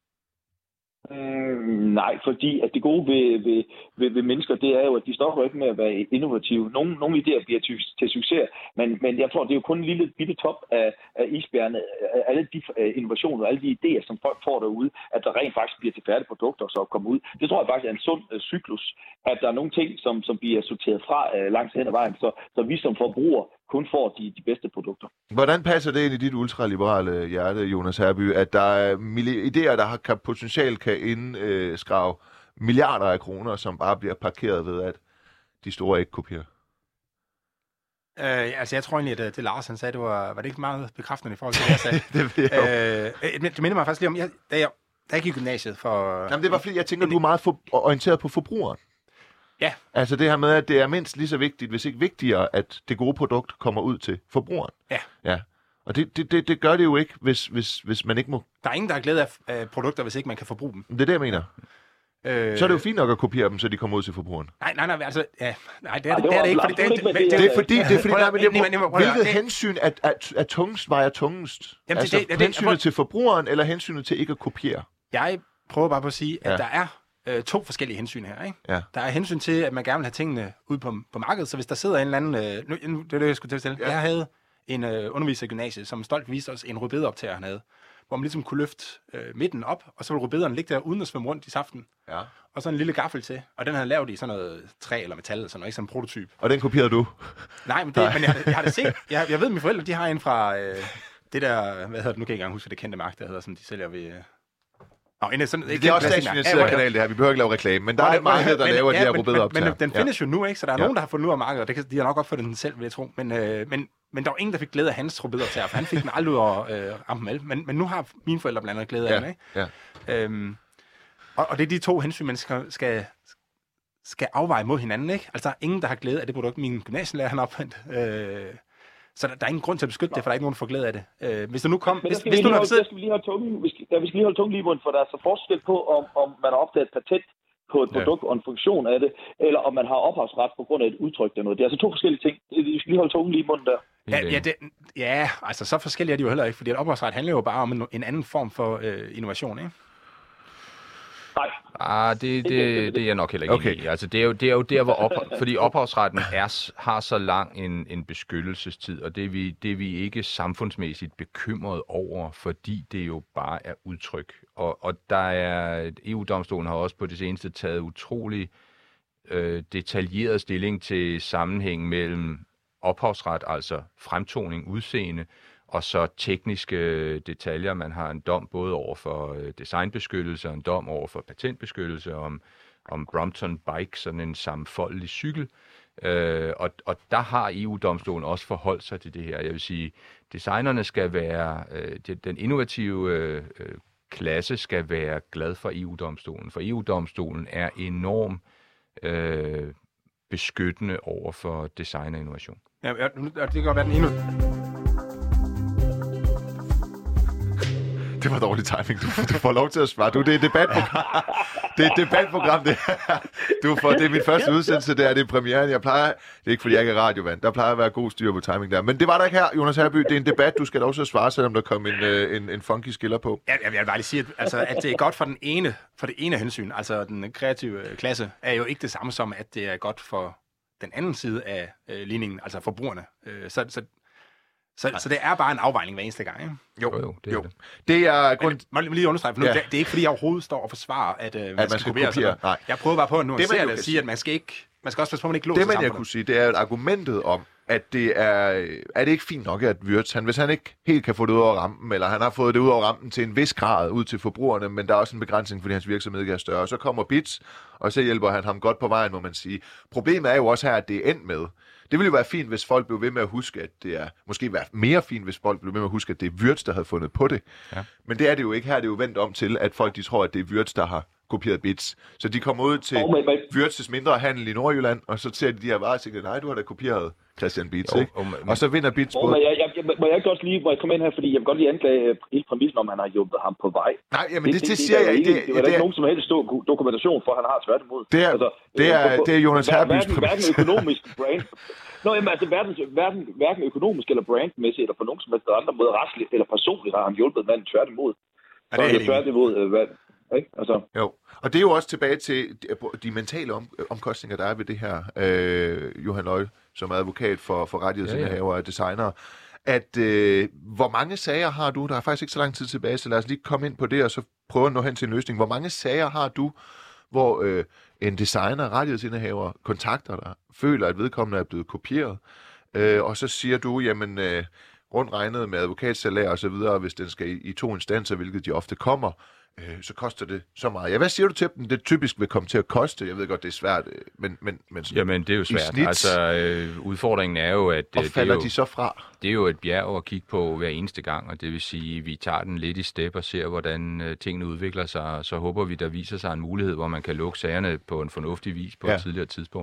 Mm, nej, fordi at det gode ved, ved, ved, ved mennesker, det er jo, at de stopper ikke med at være innovative. Nogle, nogle idéer bliver til, til succes, men, men jeg tror, det er jo kun en lille bitte top af, af isbjergene, af alle de innovationer og alle de idéer, som folk får derude, at der rent faktisk bliver til færdige produkter, så kommer ud. Det tror jeg faktisk er en sund uh, cyklus, at der er nogle ting, som, som bliver sorteret fra uh, langs hen ad vejen, så, så vi som forbrugere kun får de, de bedste produkter. Hvordan passer det ind i dit ultraliberale hjerte, Jonas Herby, at der er idéer, der har kan, potentielt kan indskrave øh, milliarder af kroner, som bare bliver parkeret ved, at de store ikke kopierer? Øh, altså, jeg tror egentlig, at det Lars han sagde, det var, var det ikke meget bekræftende i forhold til, hvad jeg sagde? det ved jeg øh, det minder mig faktisk lige om, jeg, da jeg, da jeg gik i gymnasiet for... Jamen, det var fordi, jeg tænker, du er meget for, orienteret på forbrugeren. Ja. Altså det her med, at det er mindst lige så vigtigt, hvis ikke vigtigere, at det gode produkt kommer ud til forbrugeren. Ja. Ja. Og det, det, det, det gør det jo ikke, hvis, hvis, hvis man ikke må... Der er ingen, der er glæde af øh, produkter, hvis ikke man kan forbruge dem. Det er det, jeg mener. Øh, Så er det jo fint nok at kopiere dem, så de kommer ud til forbrugeren. Nej, nej, nej, altså, ja, nej, det er Ej, det, det det, er var det ikke, oplagt. fordi det, Det var det, ikke, det, Det er fordi, det er fordi, Prøv nej, at- men det, nej, nej, nej, prøv at- hvilket det- hensyn er, er, er tungest, vejer tungest? Jamen, altså det- det- det- hensynet prøv- til forbrugeren, eller hensynet til ikke at kopiere? Jeg prøver bare på at sige, at Ja. der er øh, to forskellige hensyn her. Ikke? Ja. Der er hensyn til, at man gerne vil have tingene ud på, på markedet, så hvis der sidder en eller anden... Øh, nu, nu, det er det, jeg skulle til at stille. Ja. Jeg havde en øh, underviser i gymnasiet, som stolt viste os en rødbedeoptager, han havde, hvor man ligesom kunne løfte øh, midten op, og så ville rødbederne ligge der uden at svømme rundt i saften. Ja. Og så en lille gaffel til. Og den havde lavet i sådan noget træ eller metal, eller sådan noget, ikke sådan en prototyp. Og den kopierede du? Nej, men, det, men jeg, jeg har det set. Jeg, jeg ved, at mine forældre, de har en fra øh, det der, hvad hedder det, nu kan jeg ikke engang huske, det kendte mærke, der hedder, som de sælger ved... Øh... Nå, en, sådan, Det er også statsfinansieret kanal, det her. Vi behøver ikke lave reklame, men der er et marked, der men, laver ja, de her men, rødbedeoptager. Men, men den findes jo nu, ikke? Så der er Ja. nogen, der har fundet ud af markedet, og det kan, de har nok opfundet den selv, vil jeg tro. Men, øh, men, men der var ingen, der fik glæde af hans rødbedeoptager, for han fik den aldrig ud over øh, rampen med. Men, men nu har mine forældre blandt andet glæde af Ja, den, ikke? ja. Øhm, og, og det er de to hensyn, man skal, skal, skal afveje mod hinanden, ikke? Altså, der er ingen, der har glæde af det produkt, min gymnasielærer han opfandt. Øh, så der, der er ingen grund til at beskytte det, for der er ikke nogen, der får glæde af det. Øh, hvis du nu kom... Men der Hvis, skal, hvis vi du lige nu holde, sidder... der skal vi lige holde tungen, vi skal, der, vi skal lige holde tungen lige i munden, for der er så forskel på, om, om man har opdaget et patent på et produkt ja. og en funktion af det, eller om man har ophavsret på grund af et udtryk eller noget. Det er altså to forskellige ting. Vi skal lige holde tungen lige i munden der. Ja, ja, det, ja, altså så forskellige er de jo heller ikke, fordi at ophavsret handler jo bare om en, en anden form for øh, innovation, ikke? Nej. Ah, det, det, det er jeg nok heller ikke Okay. enig i. Altså, det er jo, det er jo der, hvor op, fordi ophavsretten er, har så lang en, en beskyttelsestid, og det er, vi, det er vi ikke samfundsmæssigt bekymret over, fordi det jo bare er udtryk. Og, og der er, E U-domstolen har også på det seneste taget utrolig øh, detaljeret stilling til sammenhængen mellem ophavsret, altså fremtoning, udseende, og så tekniske detaljer. Man har en dom både over for designbeskyttelse og en dom over for patentbeskyttelse om, om Brompton Bike, sådan en sammenfoldelig cykel. Øh, og, og der har E U-domstolen også forholdt sig til det her. Jeg vil sige, designerne skal være, øh, den innovative øh, klasse skal være glad for E U-domstolen, for E U-domstolen er enormt øh, beskyttende over for design og innovation. Ja, ja, det kan godt være den endnu... Det var dårlig timing. Du, du får lov til at svare. Du, det er et debatprogram. Det er et debatprogram, det her. Du får, det er min første udsendelse, det er, det er premieren. Jeg plejer, det er ikke, fordi jeg ikke er radiovand. Der plejer at være god styr på timing der. Men det var der ikke her, Jonas Herby. Det er en debat, du skal da også svare, selvom der kom en, en, en funky skiller på. Ja, jeg vil bare lige sige, at, altså, at det er godt for den ene, for det ene hensyn, altså den kreative klasse, er jo ikke det samme som, at det er godt for den anden side af øh, ligningen, altså forbrugerne. Øh, så, så Så, så det er bare en afvejning hver eneste gang, ikke? Jo, jo, jo det jo. er det. Det er grund... Men, må jeg lige understrege, for nu, Ja. det, det er ikke, fordi jeg overhovedet står og forsvarer, at, øh, man, man skal skal kopiere. kopiere. Sådan Nej. noget. Jeg prøver bare på at nuancere Det, man jo det og kan sige, at man skal ikke, man skal også passe på, at man ikke låser Det, man jeg samfundet. kunne sige, det er at argumentet om, at det er, er det ikke fint nok, at Würtz, han, hvis han ikke helt kan få det ud over rampen, eller han har fået det ud over rampen til en vis grad ud til forbrugerne, men der er også en begrænsning, fordi hans virksomhed ikke er større, så kommer Bits, og så hjælper han ham godt på vejen, må man sige. Problemet er jo også her, at det er endt med. Det ville jo være fint, hvis folk blev ved med at huske, at det er... Måske være mere fint, hvis folk blev ved med at huske, at det er Würtz, der havde fundet på det. Ja. Men det er det jo ikke. Her er det jo vendt om til, at folk de tror, at det er Würtz, der har kopieret Bits. Så de kommer ud til Oh, men- men- Würtz's mindre handel i Nordjylland, og så ser de de her varer og tænker, nej, du har da kopieret Christian Bits, Jo, ikke? jo, men- Og så vinder Bits Må både... jeg, jeg, jeg, må jeg ikke også lige må jeg komme ind her, fordi jeg vil godt lige anklage øh, hele præmissen om, at han har hjulpet ham på vej. Nej, jamen det, det, det siger der jeg jo ikke. ikke. Det var der ikke nogen som helst stor dokumentation for, at han har tværtimod. Det er- det er- øh, på- det er Jonas hver- Herbys hverken, præmis. hverken økonomisk brand... Nå, jamen, altså, hverken, hverken, hverken økonomisk eller brandmæssigt, eller på nogen som helst andre måde retsligt eller personligt har han hjulpet manden tværtimod. Ja, det er Så helt tværtimod, øh, hvad, ikke? Altså, Jo, og det er jo også tilbage til de- de mentale om, omkostninger, der er ved det her. Øh, Johan Løg, som er advokat for, for rettighedsindehavere og designere. At øh, hvor mange sager har du? Der er faktisk ikke så lang tid tilbage, så lad os lige komme ind på det, og så prøve at nå hen til en løsning. Hvor mange sager har du, hvor øh, en designer, rettighedsindehaver, kontakter dig, føler, at vedkommende er blevet kopieret, øh, og så siger du, jamen, øh, rundt regnet med advokatsalær og så videre, hvis den skal i, i to instanser, hvilket de ofte kommer, øh, så koster det så meget. Ja, hvad siger du til dem, det typisk vil komme til at koste? Jeg ved godt, det er svært, øh, men... men, men sådan, Jamen, det er jo svært. snit- Altså, øh, udfordringen er jo, at og øh, det, er falder jo, de så fra? det er jo et bjerg at kigge på hver eneste gang, og det vil sige, at vi tager den lidt i step og ser, hvordan øh, tingene udvikler sig, og så håber vi, der viser sig en mulighed, hvor man kan lukke sagerne på en fornuftig vis på Ja. et tidligere tidspunkt.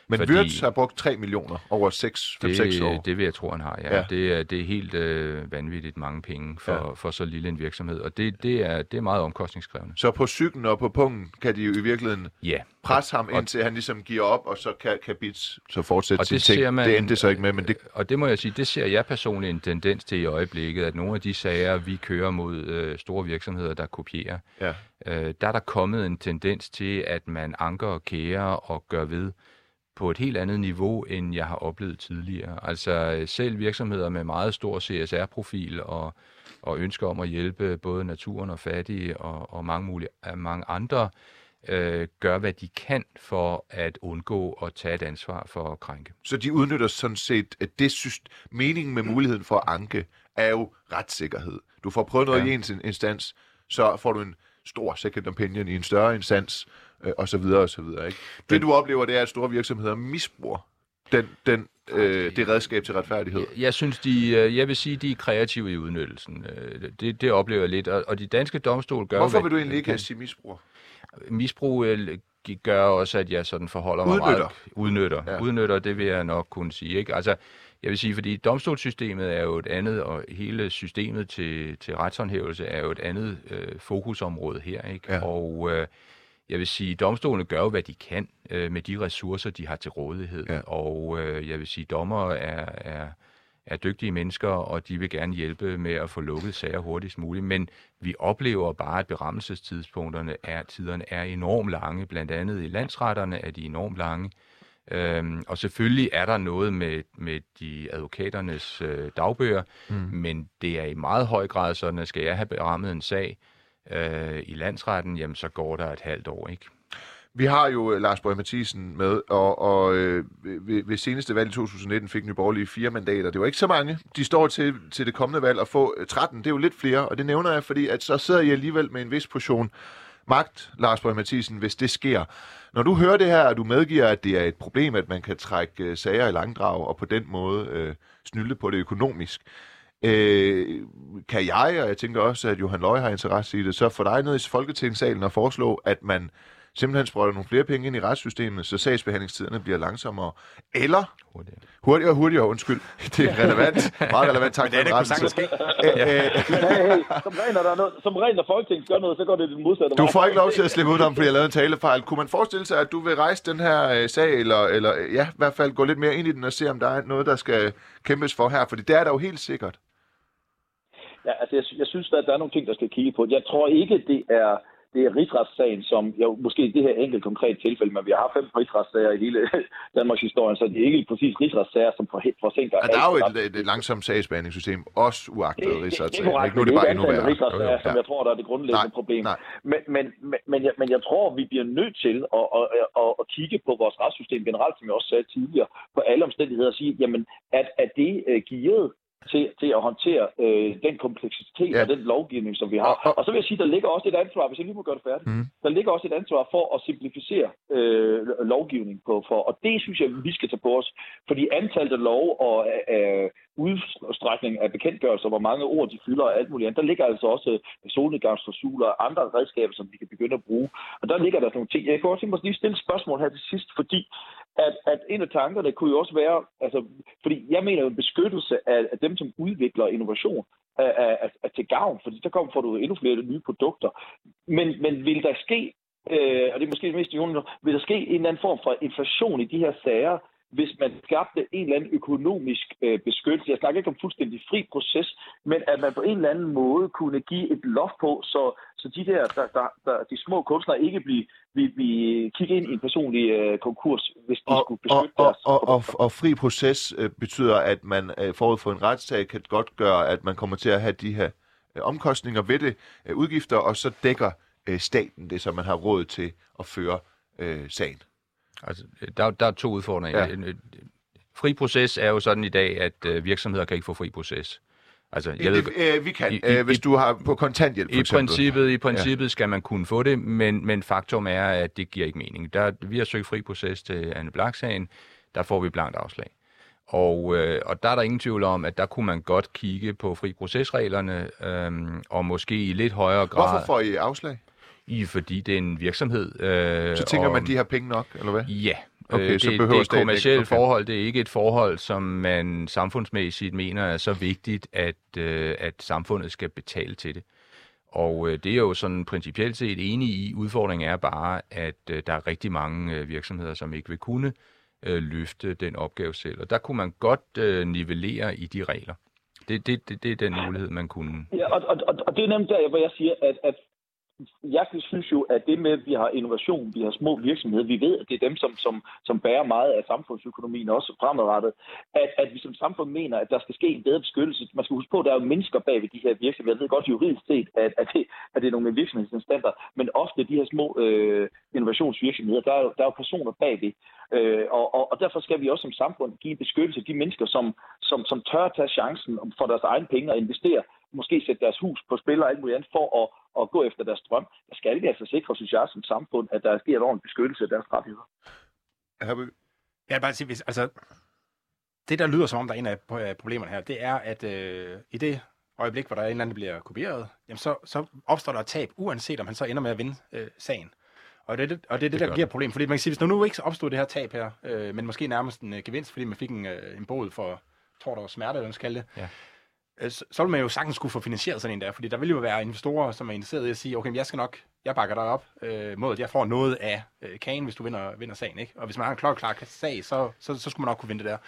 Men fordi Würtz har brugt tre millioner over seks til seks år. Det vil jeg tro, han har, ja. ja. Det, er, det er helt øh, vanvittigt mange penge for, ja. for så lille en virksomhed, og det, det, er, det er meget omkostningskrævende. Så på cyklen og på punkten kan de jo i virkeligheden ja. presse ham, indtil han ligesom giver op, og så kan, kan Bits så fortsætte sin ting. Man, det endte så ikke med, men det... Og det må jeg sige, det ser jeg personligt en tendens til i øjeblikket, at nogle af de sager, vi kører mod øh, store virksomheder, der kopierer, ja. øh, der er der kommet en tendens til, at man anker og kærer og gør ved på et helt andet niveau, end jeg har oplevet tidligere. Altså selv virksomheder med meget stor C S R-profil og, og ønsker om at hjælpe både naturen og fattige og, og mange, mulige, mange andre, øh, gør, hvad de kan for at undgå at tage et ansvar for at krænke. Så de udnytter sådan set, at det synes, meningen med muligheden for at anke er jo retssikkerhed. Du får prøvet noget ja. i en instans, så får du en stor second opinion i en større instans, øh, og så videre, og så videre. Ikke? Det, Men, du oplever, det er, at store virksomheder misbruger den, den, øh, det redskab til retfærdighed. Jeg, jeg synes, de, jeg vil sige, de er kreative i udnyttelsen. Det, det oplever jeg lidt, og, og de danske domstole gør... Hvorfor vil du egentlig ikke have sige misbrug? Misbrug gør også, at jeg sådan forholder mig udnytter. meget... Udnytter. Ja. Udnytter, det vil jeg nok kunne sige. Ikke? Altså, jeg vil sige, fordi domstolssystemet er jo et andet, og hele systemet til, til retshåndhævelse er jo et andet øh, fokusområde her. Ikke? Ja. Og øh, jeg vil sige, domstolene gør jo, hvad de kan øh, med de ressourcer, de har til rådighed. Ja. Og øh, jeg vil sige, dommere er, er, er dygtige mennesker, og de vil gerne hjælpe med at få lukket sager hurtigst muligt. Men vi oplever bare, at berammelsestidspunkterne er, tiderne er enormt lange. Blandt andet i landsretterne er de enormt lange. Øhm, og selvfølgelig er der noget med, med de advokaternes øh, dagbøger, mm. men det er i meget høj grad sådan, at skal jeg have berammet en sag øh, i landsretten, jamen så går der et halvt år, ikke? Vi har jo Lars Boje Mathiesen med, og, og øh, ved, ved seneste valg i to tusind nitten fik Nye Borgerlige fire mandater. Det var ikke så mange. De står til, til det kommende valg at få tretten. Det er jo lidt flere, og det nævner jeg, fordi at så sidder I alligevel med en vis portion magt, Lars Boje Mathiesen, hvis det sker. Når du hører det her, og du medgiver, at det er et problem, at man kan trække øh, sager i langdrag, og på den måde øh, snylde på det økonomisk, øh, kan jeg, og jeg tænker også, at Johan Løje har interesse i det, så få dig ned i Folketingssalen og foreslå, at man simpelthen sprøjter nogle flere penge ind i retssystemet, så sagsbehandlingstiderne bliver langsommere, eller hurtigere, hurtigere, hurtigere undskyld. Det er relevant, meget relevant. Tak for den rettelse. Som regel, når Folketinget gør noget, så går det den modsatte. Du får ikke lov til at slippe ud om, fordi jeg lavede en talefejl. Kunne man forestille sig, at du vil rejse den her sag, eller, eller ja, i hvert fald gå lidt mere ind i den og se, om der er noget, der skal kæmpes for her? Fordi det er der jo helt sikkert. Ja, altså jeg, jeg synes, at der er nogle ting, der skal kigge på. Jeg tror ikke, det er det er rigsretssagen, som jo måske i det her enkelt konkret tilfælde, men vi har fem rigsretssager i hele Danmarks historie, så det er ikke præcis rigsretssager, som forsinker. Ja, der er jo et, et, et langsomt sagsbehandlingssystem, også uagtet rigsretssager. Det er ikke bare endnu værre. Rigsretssager, som jeg tror, der er det grundlæggende nej, problem. Nej. Men, men, men, men, jeg, men jeg tror, vi bliver nødt til at, at, at, at kigge på vores retssystem generelt, som jeg også sagde tidligere, på alle omstændigheder og sige, jamen, at, at det uh, gearet Til, til at håndtere øh, den kompleksitet ja. og den lovgivning, som vi har. Og, og, og så vil jeg sige, der ligger også et ansvar, hvis jeg lige må gøre det færdigt, mm. der ligger også et ansvar for at simplificere øh, lovgivning på, for, og det synes jeg, vi skal tage på os. Fordi antallet af lov og øh, udstrækning af bekendtgørelser, hvor mange ord de fylder og alt muligt andet, der ligger altså også solnedgangsklausuler og andre redskaber, som vi kan begynde at bruge. Og der ligger der nogle ting. Jeg kan også tænke mig lige stille et spørgsmål her til sidst, fordi at, at en af tankerne kunne jo også være, altså, fordi jeg mener jo en beskyttelse af, af dem, som udvikler innovation, er, er, er til gavn, fordi der kommer får du endnu flere nye produkter. Men, men vil der ske, øh, og det er måske det mest jordende, vil der ske en eller anden form for inflation i de her sager, hvis man skabte en eller anden økonomisk øh, beskyttelse. Jeg snakker ikke om fuldstændig fri proces, men at man på en eller anden måde kunne give et loft på, så, så de der, der, der, der, de små kunstnere ikke bliver vi, vi kigge ind i en personlig øh, konkurs, hvis de og, skulle beskytte og, deres og, og, og fri proces øh, betyder, at man øh, forud for en retssag kan godt gøre, at man kommer til at have de her øh, omkostninger ved det, øh, udgifter, og så dækker øh, staten det, så man har råd til at føre øh, sagen. Altså, der, der er to udfordringer. Ja. Fri proces er jo sådan i dag, at øh, virksomheder kan ikke få fri proces. Altså, jeg det, ved, øh, vi kan, i, øh, hvis i, du har på kontanthjælp for i eksempel. Princippet, I princippet ja. skal man kunne få det, men, men faktum er, at det giver ikke mening. Der, vi har søgt fri proces til Anne Blak-sagen, der får vi blankt afslag. Og, øh, og der er der ingen tvivl om, at der kunne man godt kigge på fri procesreglerne, øh, og måske i lidt højere grad... Hvorfor får I afslag? I, fordi det er en virksomhed. Øh, så tænker og, man, de har penge nok, eller hvad? Ja, Okay, det, så det behøver er et staten kommercielt ikke- okay. forhold, det er ikke et forhold, som man samfundsmæssigt mener er så vigtigt, at, øh, at samfundet skal betale til det. Og øh, det er jo sådan principielt set enig i. Udfordringen er bare, at øh, der er rigtig mange øh, virksomheder, som ikke vil kunne øh, løfte den opgave selv. Og der kunne man godt øh, nivellere i de regler. Det, det, det, det er den mulighed, man kunne. Ja, og, og, og, og det er nemlig der, hvor jeg siger, at, at jeg synes jo, at det med, at vi har innovation, vi har små virksomheder, vi ved, at det er dem, som, som, som bærer meget af samfundsøkonomien også fremadrettet, at, at vi som samfund mener, at der skal ske en bedre beskyttelse. Man skal huske på, at der er jo mennesker bag ved de her virksomheder. Jeg ved godt juridisk set, at, at, det, at det er nogle virksomhedsinstanser, men ofte de her små øh, innovationsvirksomheder, der er, jo, der er jo personer bag det. Øh, og, og, og derfor skal vi også som samfund give en beskyttelse af de mennesker, som, som, som tør at tage chancen for deres egne penge og investere, måske sætte deres hus på spil og alt muligt andet for at, at gå efter deres drøm. Der skal vi altså sikre, synes jeg, som samfund, at der sker en ordentlig beskyttelse af deres rettigheder. Herby? Jeg vil bare sige, hvis, altså, det der lyder som om, der er en af problemerne her, det er, at øh, i det øjeblik, hvor der er en eller anden, der bliver kopieret, jamen så, så opstår der et tab, uanset om han så ender med at vinde øh, sagen. Og det er det, og det, er det, det der giver et problem. Fordi man kan sige, hvis der nu ikke opstod det her tab her, øh, men måske nærmest en øh, gevinst, fordi man fik en, øh, en bod for, tror der var smerte, eller hvad man skal kalde det, ja. så, så vil man jo sagtens skulle få finansieret sådan en der, fordi der vil jo være investorer, som er interesseret i at sige, okay, jeg skal nok, jeg bakker dig op, øh, mod at jeg får noget af øh, kagen, hvis du vinder, vinder sagen, ikke? Og hvis man har en klokkeklar sag, så, så, så skulle man nok kunne vinde det der.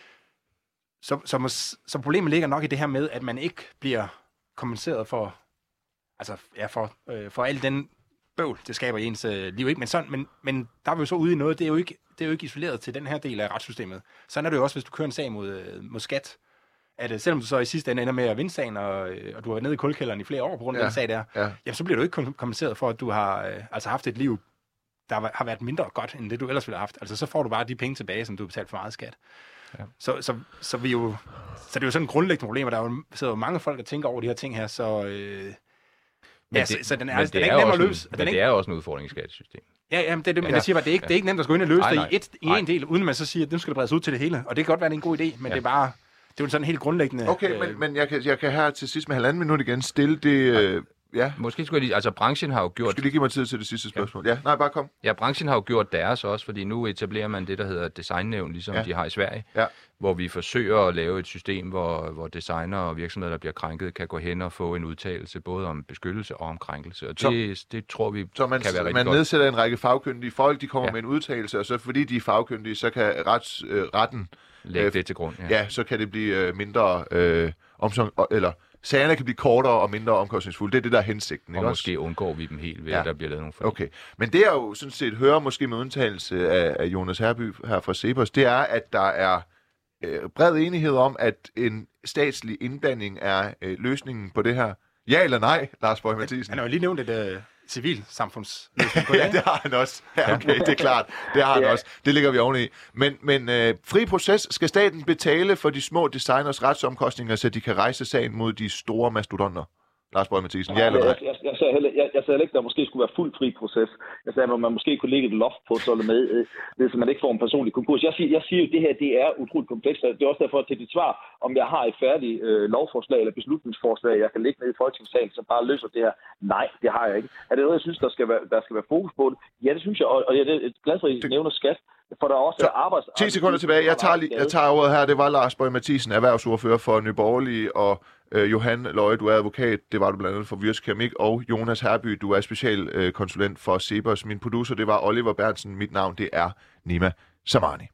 Så, så, så problemet ligger nok i det her med, at man ikke bliver kompenseret for, altså, ja, for, øh, for al den bøvl, det skaber i ens øh, liv, ikke? Men, sådan, men, men der er vi jo så ude i noget, det er jo ikke, det er jo ikke isoleret til den her del af retssystemet. Sådan er det jo også, hvis du kører en sag mod, øh, mod skat, at øh, selvom du så i sidste ende ender med at vinde sagen, og, øh, og du har været nede i kulkælderen i flere år på grund af ja. den sag der, ja. Jamen, så bliver du ikke kompenseret for, at du har øh, altså haft et liv, der har været mindre godt, end det du ellers ville have haft. Altså, så får du bare de penge tilbage, som du har betalt for meget skat. Ja. Så, så, så, vi jo, så det er jo sådan et grundlæggende problem, og der er jo, sidder jo mange folk, der tænker over de her ting her, så... Øh, Men, ja, det, så, så den er, men altså, det den er er ikke nem også at en, løse. men Den det ikke... er også en udfordring i skattesystemet. Ja, jamen, det, det, men ja. jeg siger bare, det er ikke, ja. det er ikke nemt at gå ind og løse nej, det nej. i, et, i en del, uden man så siger, at nu skal det bredes ud til det hele. Og det kan godt være, det er en god idé, men ja. det er bare, det er jo sådan helt grundlæggende... Okay, øh, men, men jeg, kan, jeg kan her til sidst med halvanden minut igen stille det... Øh, ja. Måske skulle jeg lige... Altså, branchen har jo gjort... Du skal lige give mig tid til det sidste spørgsmål. Ja, ja nej, bare kom. Ja, branchen har jo gjort deres også, fordi nu etablerer man det, der hedder designnævn, ligesom ja. de har i Sverige, ja. hvor vi forsøger at lave et system, hvor, hvor designer og virksomheder, der bliver krænket, kan gå hen og få en udtalelse, både om beskyttelse og om krænkelse. Og det, så, det tror vi så man, kan være rigtig man godt. Man nedsætter en række fagkyndige folk, de kommer ja. med en udtalelse, og så fordi de er fagkyndige, så kan rets, øh, retten... Lægge øh, det til grund, ja. Ja, så kan det blive øh, mindre øh, omsorg... Eller sagerne kan blive kortere og mindre omkostningsfulde. Det er det, der er hensigten, og ikke måske også? undgår vi dem helt ved, ja. at der bliver lavet nogle forlig. Okay, men det jeg jo sådan set hører, måske med undtagelse af, af Jonas Herby her fra CEPOS, det er, at der er øh, bred enighed om, at en statslig indblanding er øh, løsningen på det her. Ja eller nej, Lars Boje Mathiesen? Han har jo lige nævnt et øh, civilsamfundsløsning på det. Ja, det har han også. Ja, okay, det er klart. Det har han også. Det ligger vi oveni. Men, men øh, fri proces, skal staten betale for de små designers retsomkostninger, så de kan rejse sagen mod de store mastodonter? Lars Boje Mathiesen, ja eller nej? Jeg, jeg, jeg, sagde heller, jeg, jeg sagde heller ikke, at der måske skulle være fuld fri proces. Jeg sagde, at man måske kunne lægge et loft på, så med, øh, så man ikke får en personlig konkurs. Jeg siger, jeg siger jo, at det her det er utroligt komplekst. Det er også derfor til dit svar, om jeg har et færdigt øh, lovforslag eller beslutningsforslag, jeg kan lægge ned i Folketingssalen, som bare løser det her. Nej, det har jeg ikke. Er det noget, jeg synes, der skal være, der skal være fokus på det? Ja, det synes jeg, og, og jeg er glad for, at I nævner skat. For der er også arbejds... ti sekunder tilbage. Jeg tager, jeg tager ordet her. Det var Lars Boje Mathiesen, erhvervsordfører for Nye Borgerlige, og øh, Johan Løje, du er advokat. Det var du blandt andet for Vyrs Keramik, og Jonas Herby, du er specialkonsulent øh, for CEPOS. Min producer, det var Oliver Berntsen. Mit navn, det er Nima Samani.